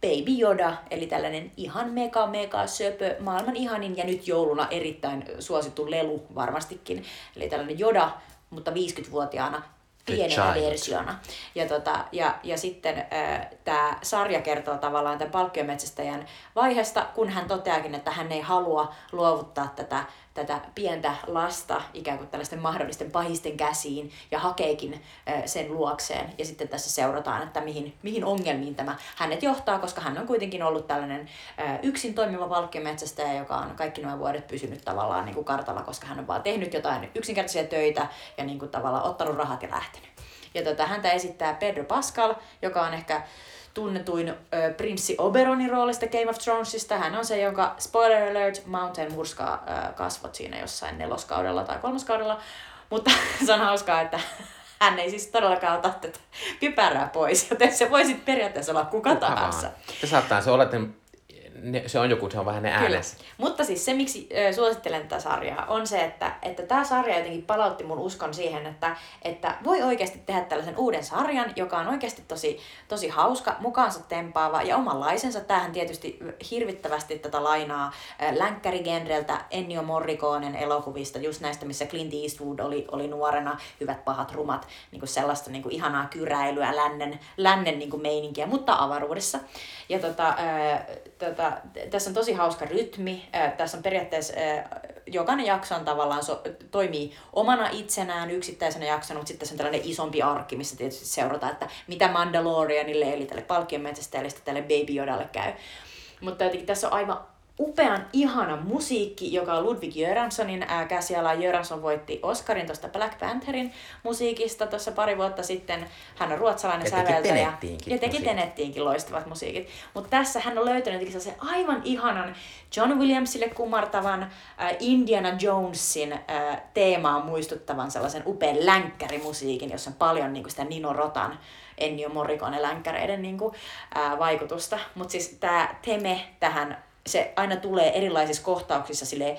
Speaker 2: Baby Yoda, eli tällainen ihan mega mega söpö, maailman ihanin ja nyt jouluna erittäin suosittu lelu varmastikin. Eli tällainen Yoda, mutta viisikymmentävuotiaana pienenä versiona. Ja, tota, ja, ja sitten äh, tämä sarja kertoo tavallaan tämän palkkiometsästäjän vaiheesta, kun hän toteakin, että hän ei halua luovuttaa tätä, tätä pientä lasta ikään kuin tällaisten mahdollisten pahisten käsiin ja hakeekin äh, sen luokseen. Ja sitten tässä seurataan, että mihin, mihin ongelmiin tämä hänet johtaa, koska hän on kuitenkin ollut tällainen äh, yksin toimiva palkkiometsästäjä, joka on kaikki nämä vuodet pysynyt tavallaan niin kuin kartalla, koska hän on vaan tehnyt jotain yksinkertaisia töitä ja niin kuin tavallaan ottanut rahat ja lähtenyt. Ja tota, häntä esittää Pedro Pascal, joka on ehkä tunnetuin ö, prinssi Oberonin roolista Game of Thronesista. Hän on se, jonka, spoiler alert, Mountain murskaa ö, kasvot siinä jossain neloskaudella tai kolmoskaudella. Mutta se on hauskaa, että hän ei siis todellakaan ota tätä kypärää pois, joten se voisi periaatteessa olla kuka, kuka tahansa.
Speaker 1: Se saattaa se olla, että ne, se on joku, se on vähän ne äänessä.
Speaker 2: Kyllä. Mutta siis se, miksi ö, suosittelen tätä sarjaa, on se, että että tämä sarja jotenkin palautti mun uskon siihen, että, että voi oikeasti tehdä tällaisen uuden sarjan, joka on oikeasti tosi, tosi hauska, mukaansa tempaava ja omanlaisensa. Tämähän tietysti hirvittävästi tätä lainaa ö, länkkärigenreltä Ennio Morriconen elokuvista, just näistä, missä Clint Eastwood oli, oli nuorena, hyvät, pahat, rumat, niin kuin sellaista niin kuin ihanaa kyräilyä, lännen, lännen niin kuin meininkiä, mutta avaruudessa. Ja tota, ö, tota, tässä on tosi hauska rytmi. Tässä on periaatteessa jokainen jakso on tavallaan so, toimii omana itsenään yksittäisenä jaksona, mutta sitten tässä on tällainen isompi arkki, missä tietysti seurataan, että mitä Mandalorianille eli tälle palkkionmetsästäjälle ja tälle Baby Yodalle käy. Mutta jotenkin tässä on aivan upean ihana musiikki, joka on Ludwig Göranssonin ää, käsiala. Göransson voitti Oscarin tuosta Black Pantherin musiikista tuossa pari vuotta sitten. Hän on ruotsalainen
Speaker 1: ja
Speaker 2: säveltäjä.
Speaker 1: Teki
Speaker 2: ja teki Tenettiinkin loistavat musiikit. Mutta tässä hän on löytänyt sellaisen aivan ihanan John Williamsille kumartavan ää, Indiana Jonesin ää, teemaan muistuttavan sellaisen upean länkkärimusiikin, jossa on paljon niin kuin sitä Nino Rotan, Ennio Morricone länkkäreiden niin kuin, ää, vaikutusta. Mutta siis tämä teme tähän, se aina tulee erilaisissa kohtauksissa silleen,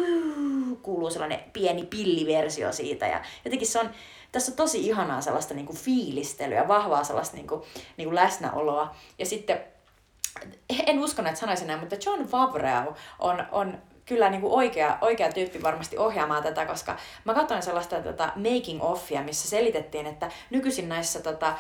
Speaker 2: huu, kuuluu sellainen pieni pilliversio siitä ja jotenkin se on, tässä on tosi ihanaa sellaista niinku fiilistelyä, vahvaa sellaista niinku, niinku läsnäoloa ja sitten, en usko, että sanoisin näin, mutta Jon Favreau on, on kyllä niinku oikea, oikea tyyppi varmasti ohjaamaan tätä, koska mä katsoin sellaista tota, making offia, missä selitettiin, että nykyisin näissä tota,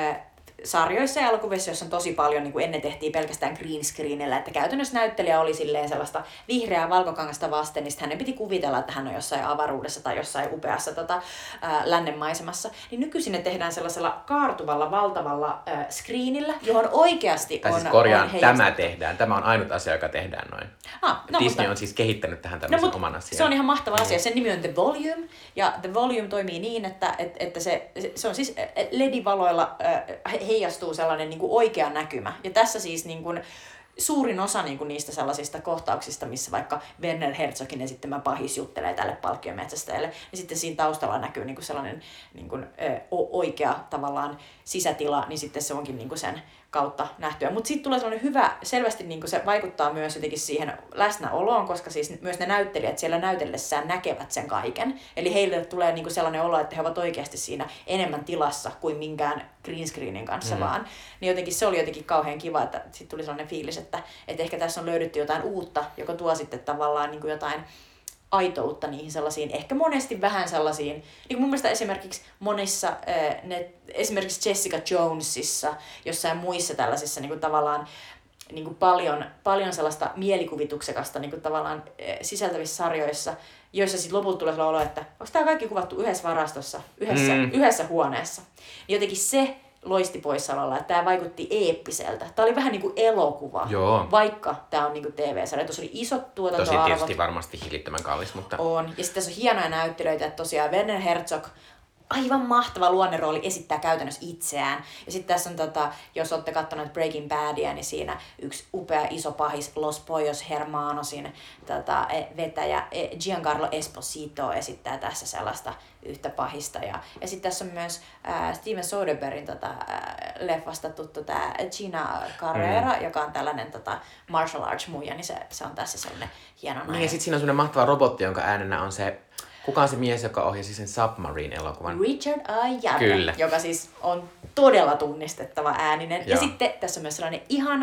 Speaker 2: sarjoissa ja elokuvissa, joissa on tosi paljon, niin kuin ennen tehtiin pelkästään green screenillä, että käytännössä näyttelijä oli silleen sellaista vihreää valkokangasta vasten, niin hänen piti kuvitella, että hän on jossain avaruudessa tai jossain upeassa tota, ää, lännenmaisemassa. Niin nykyisin ne tehdään sellaisella kaartuvalla, valtavalla ää, screenillä, johon oikeasti
Speaker 1: tai
Speaker 2: on...
Speaker 1: siis korjaan,
Speaker 2: on
Speaker 1: tämä tehdään. Tämä on ainut asia, joka tehdään noin.
Speaker 2: Ah, no,
Speaker 1: Disney
Speaker 2: mutta...
Speaker 1: on siis kehittänyt tähän tämmöisen
Speaker 2: no,
Speaker 1: oman asian.
Speaker 2: Se on ihan mahtava
Speaker 1: mm.
Speaker 2: asia. Sen nimi on The Volume, ja The Volume toimii niin, että, että, että se, se on siis L E D-valoilla äh, heijastuu sellainen niin kuin oikea näkymä. Ja tässä siis niin kuin, suurin osa niin kuin niistä sellaisista kohtauksista, missä vaikka Werner Herzogin esittämä pahis juttelee tälle palkkionmetsästäjälle, niin sitten siinä taustalla näkyy niin kuin sellainen niin kuin, ö, oikea tavallaan sisätila, niin sitten se onkin niin kuin sen kautta nähtyä. Mutta sitten tulee sellainen hyvä, selvästi niin kuin se vaikuttaa myös jotenkin siihen läsnäoloon, koska siis myös ne näyttelijät siellä näytellessään näkevät sen kaiken. Eli heille tulee niin kuin sellainen olo, että he ovat oikeasti siinä enemmän tilassa kuin minkään green screenin kanssa mm. vaan. Niin jotenkin se oli jotenkin kauhean kiva, että sitten tuli sellainen fiilis, että, että ehkä tässä on löydetty jotain uutta, joka tuo sitten tavallaan niin kuin jotain aitoutta niihin sellaisiin, ehkä monesti vähän sellaisiin, niin kuin mun mielestä esimerkiksi monissa, ne, esimerkiksi Jessica Jonesissa, jossain muissa tällaisissa niin kuin tavallaan niin kuin paljon, paljon sellaista mielikuvituksekasta niin kuin tavallaan sisältävissä sarjoissa, joissa sitten lopulta tulee sellainen olo, että onko tämä kaikki kuvattu yhdessä varastossa, yhdessä, mm. yhdessä huoneessa. Niin jotenkin se loisti poissaololla, että tämä vaikutti eeppiseltä. Tämä oli vähän niin kuin elokuva,
Speaker 1: Joo.
Speaker 2: vaikka tämä on niin kuin T V-sarja. Tuossa oli isot tuotantoarvot.
Speaker 1: Tosi tietysti varmasti hillittömän kallis, mutta...
Speaker 2: On. Ja sitten tässä on hienoja näyttelyitä, että tosiaan Werner Herzog, aivan mahtava luonnerooli, esittää käytännössä itseään. Ja sitten tässä on, tota, jos olette katsoneet Breaking Badia, niin siinä yksi upea iso pahis Los Pollos Hermanosin tota, vetäjä Giancarlo Esposito esittää tässä sellaista yhtä pahista. Ja, ja sitten tässä on myös äh, Steven Soderberghin tota, äh, leffasta tuttu tämä Gina Carrera, mm. joka on tällainen tota, martial arts muija, niin se, se on tässä sellainen hieno nainen.
Speaker 1: Niin, ja sitten siinä on sellainen mahtava robotti, jonka äänenä on se... Kuka on se mies, joka ohjasi sen Submarine-elokuvan?
Speaker 2: Richard Ayoade,
Speaker 1: Kyllä.
Speaker 2: joka siis on todella tunnistettava ääninen.
Speaker 1: Joo.
Speaker 2: Ja sitten tässä on myös sellainen ihana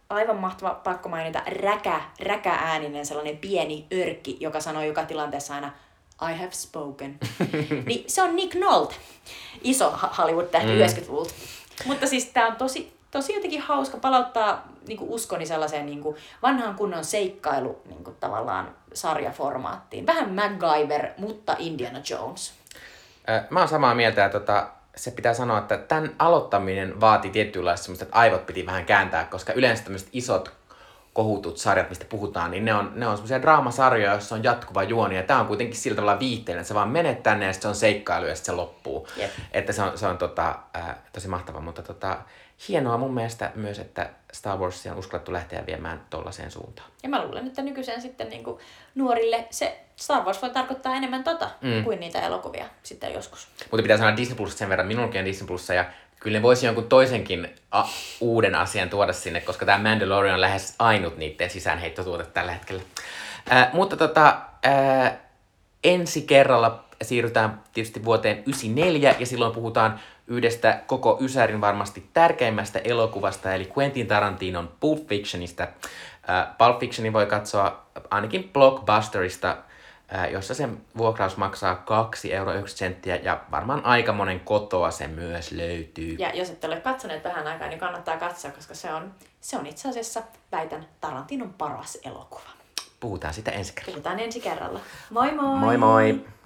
Speaker 2: aivan mahtava, pakko mainita, räkä, räkäääninen sellainen pieni örkki, joka sanoo joka tilanteessa aina I have spoken. Niin se on Nick Nolte, iso Hollywood-tähti mm. yhdeksänkymmentäluvulta. Mutta siis tää on tosi, tosi jotenkin hauska palauttaa niinku uskoni sellaiseen niinku vanhaan kunnon seikkailu niinku tavallaan sarjaformaattiin. Vähän MacGyver, mutta Indiana Jones.
Speaker 1: Mä oon samaa mieltä, ja tota, se pitää sanoa, että tämän aloittaminen vaati tietynlaista semmoista, että aivot piti vähän kääntää, koska yleensä tämmöiset isot kohutut sarjat, mistä puhutaan, niin ne on, ne on semmoisia draamasarjoja, joissa on jatkuva juoni, ja tää on kuitenkin sillä tavalla viihteellinen, että sä vaan menet tänne ja sitten se on seikkailu ja sitten se loppuu. Yep. Että se on, se on tota, ää, tosi mahtava, mutta tota, hienoa mun mielestä myös, että Star Warsia on uskallettu lähteä viemään tollaiseen suuntaan.
Speaker 2: Ja mä luulen, että nykyiseen sitten niin kuin nuorille se Star Wars voi tarkoittaa enemmän tota mm. kuin niitä elokuvia sitten joskus.
Speaker 1: Mutta pitää sanoa Disney Plus sen verran, minullakin on Disney Plussa, ja kyllä ne voisi jonkun toisenkin a- uuden asian tuoda sinne, koska tämä Mandalorian on lähes ainut niiden sisäänheittotuote tällä hetkellä. Äh, mutta tota, äh, ensi kerralla siirrytään tietysti vuoteen yhdeksänkymmentäneljä, ja silloin puhutaan yhdestä koko Ysärin varmasti tärkeimmästä elokuvasta, eli Quentin Tarantinon Pulp Fictionista. Äh, Pulp Fictionin voi katsoa ainakin Blockbusterista, äh, jossa sen vuokraus maksaa kaksi euroa yhdeksänkymmentä senttiä, ja varmaan aika monen kotoa se myös löytyy.
Speaker 2: Ja jos ette ole katsoneet vähän aikaa, niin kannattaa katsoa, koska se on, se on itse asiassa, väitän, Tarantinon paras elokuva.
Speaker 1: Puhutaan sitä ensi kerralla.
Speaker 2: Puhutaan ensi kerralla. Moi moi!
Speaker 1: Moi moi!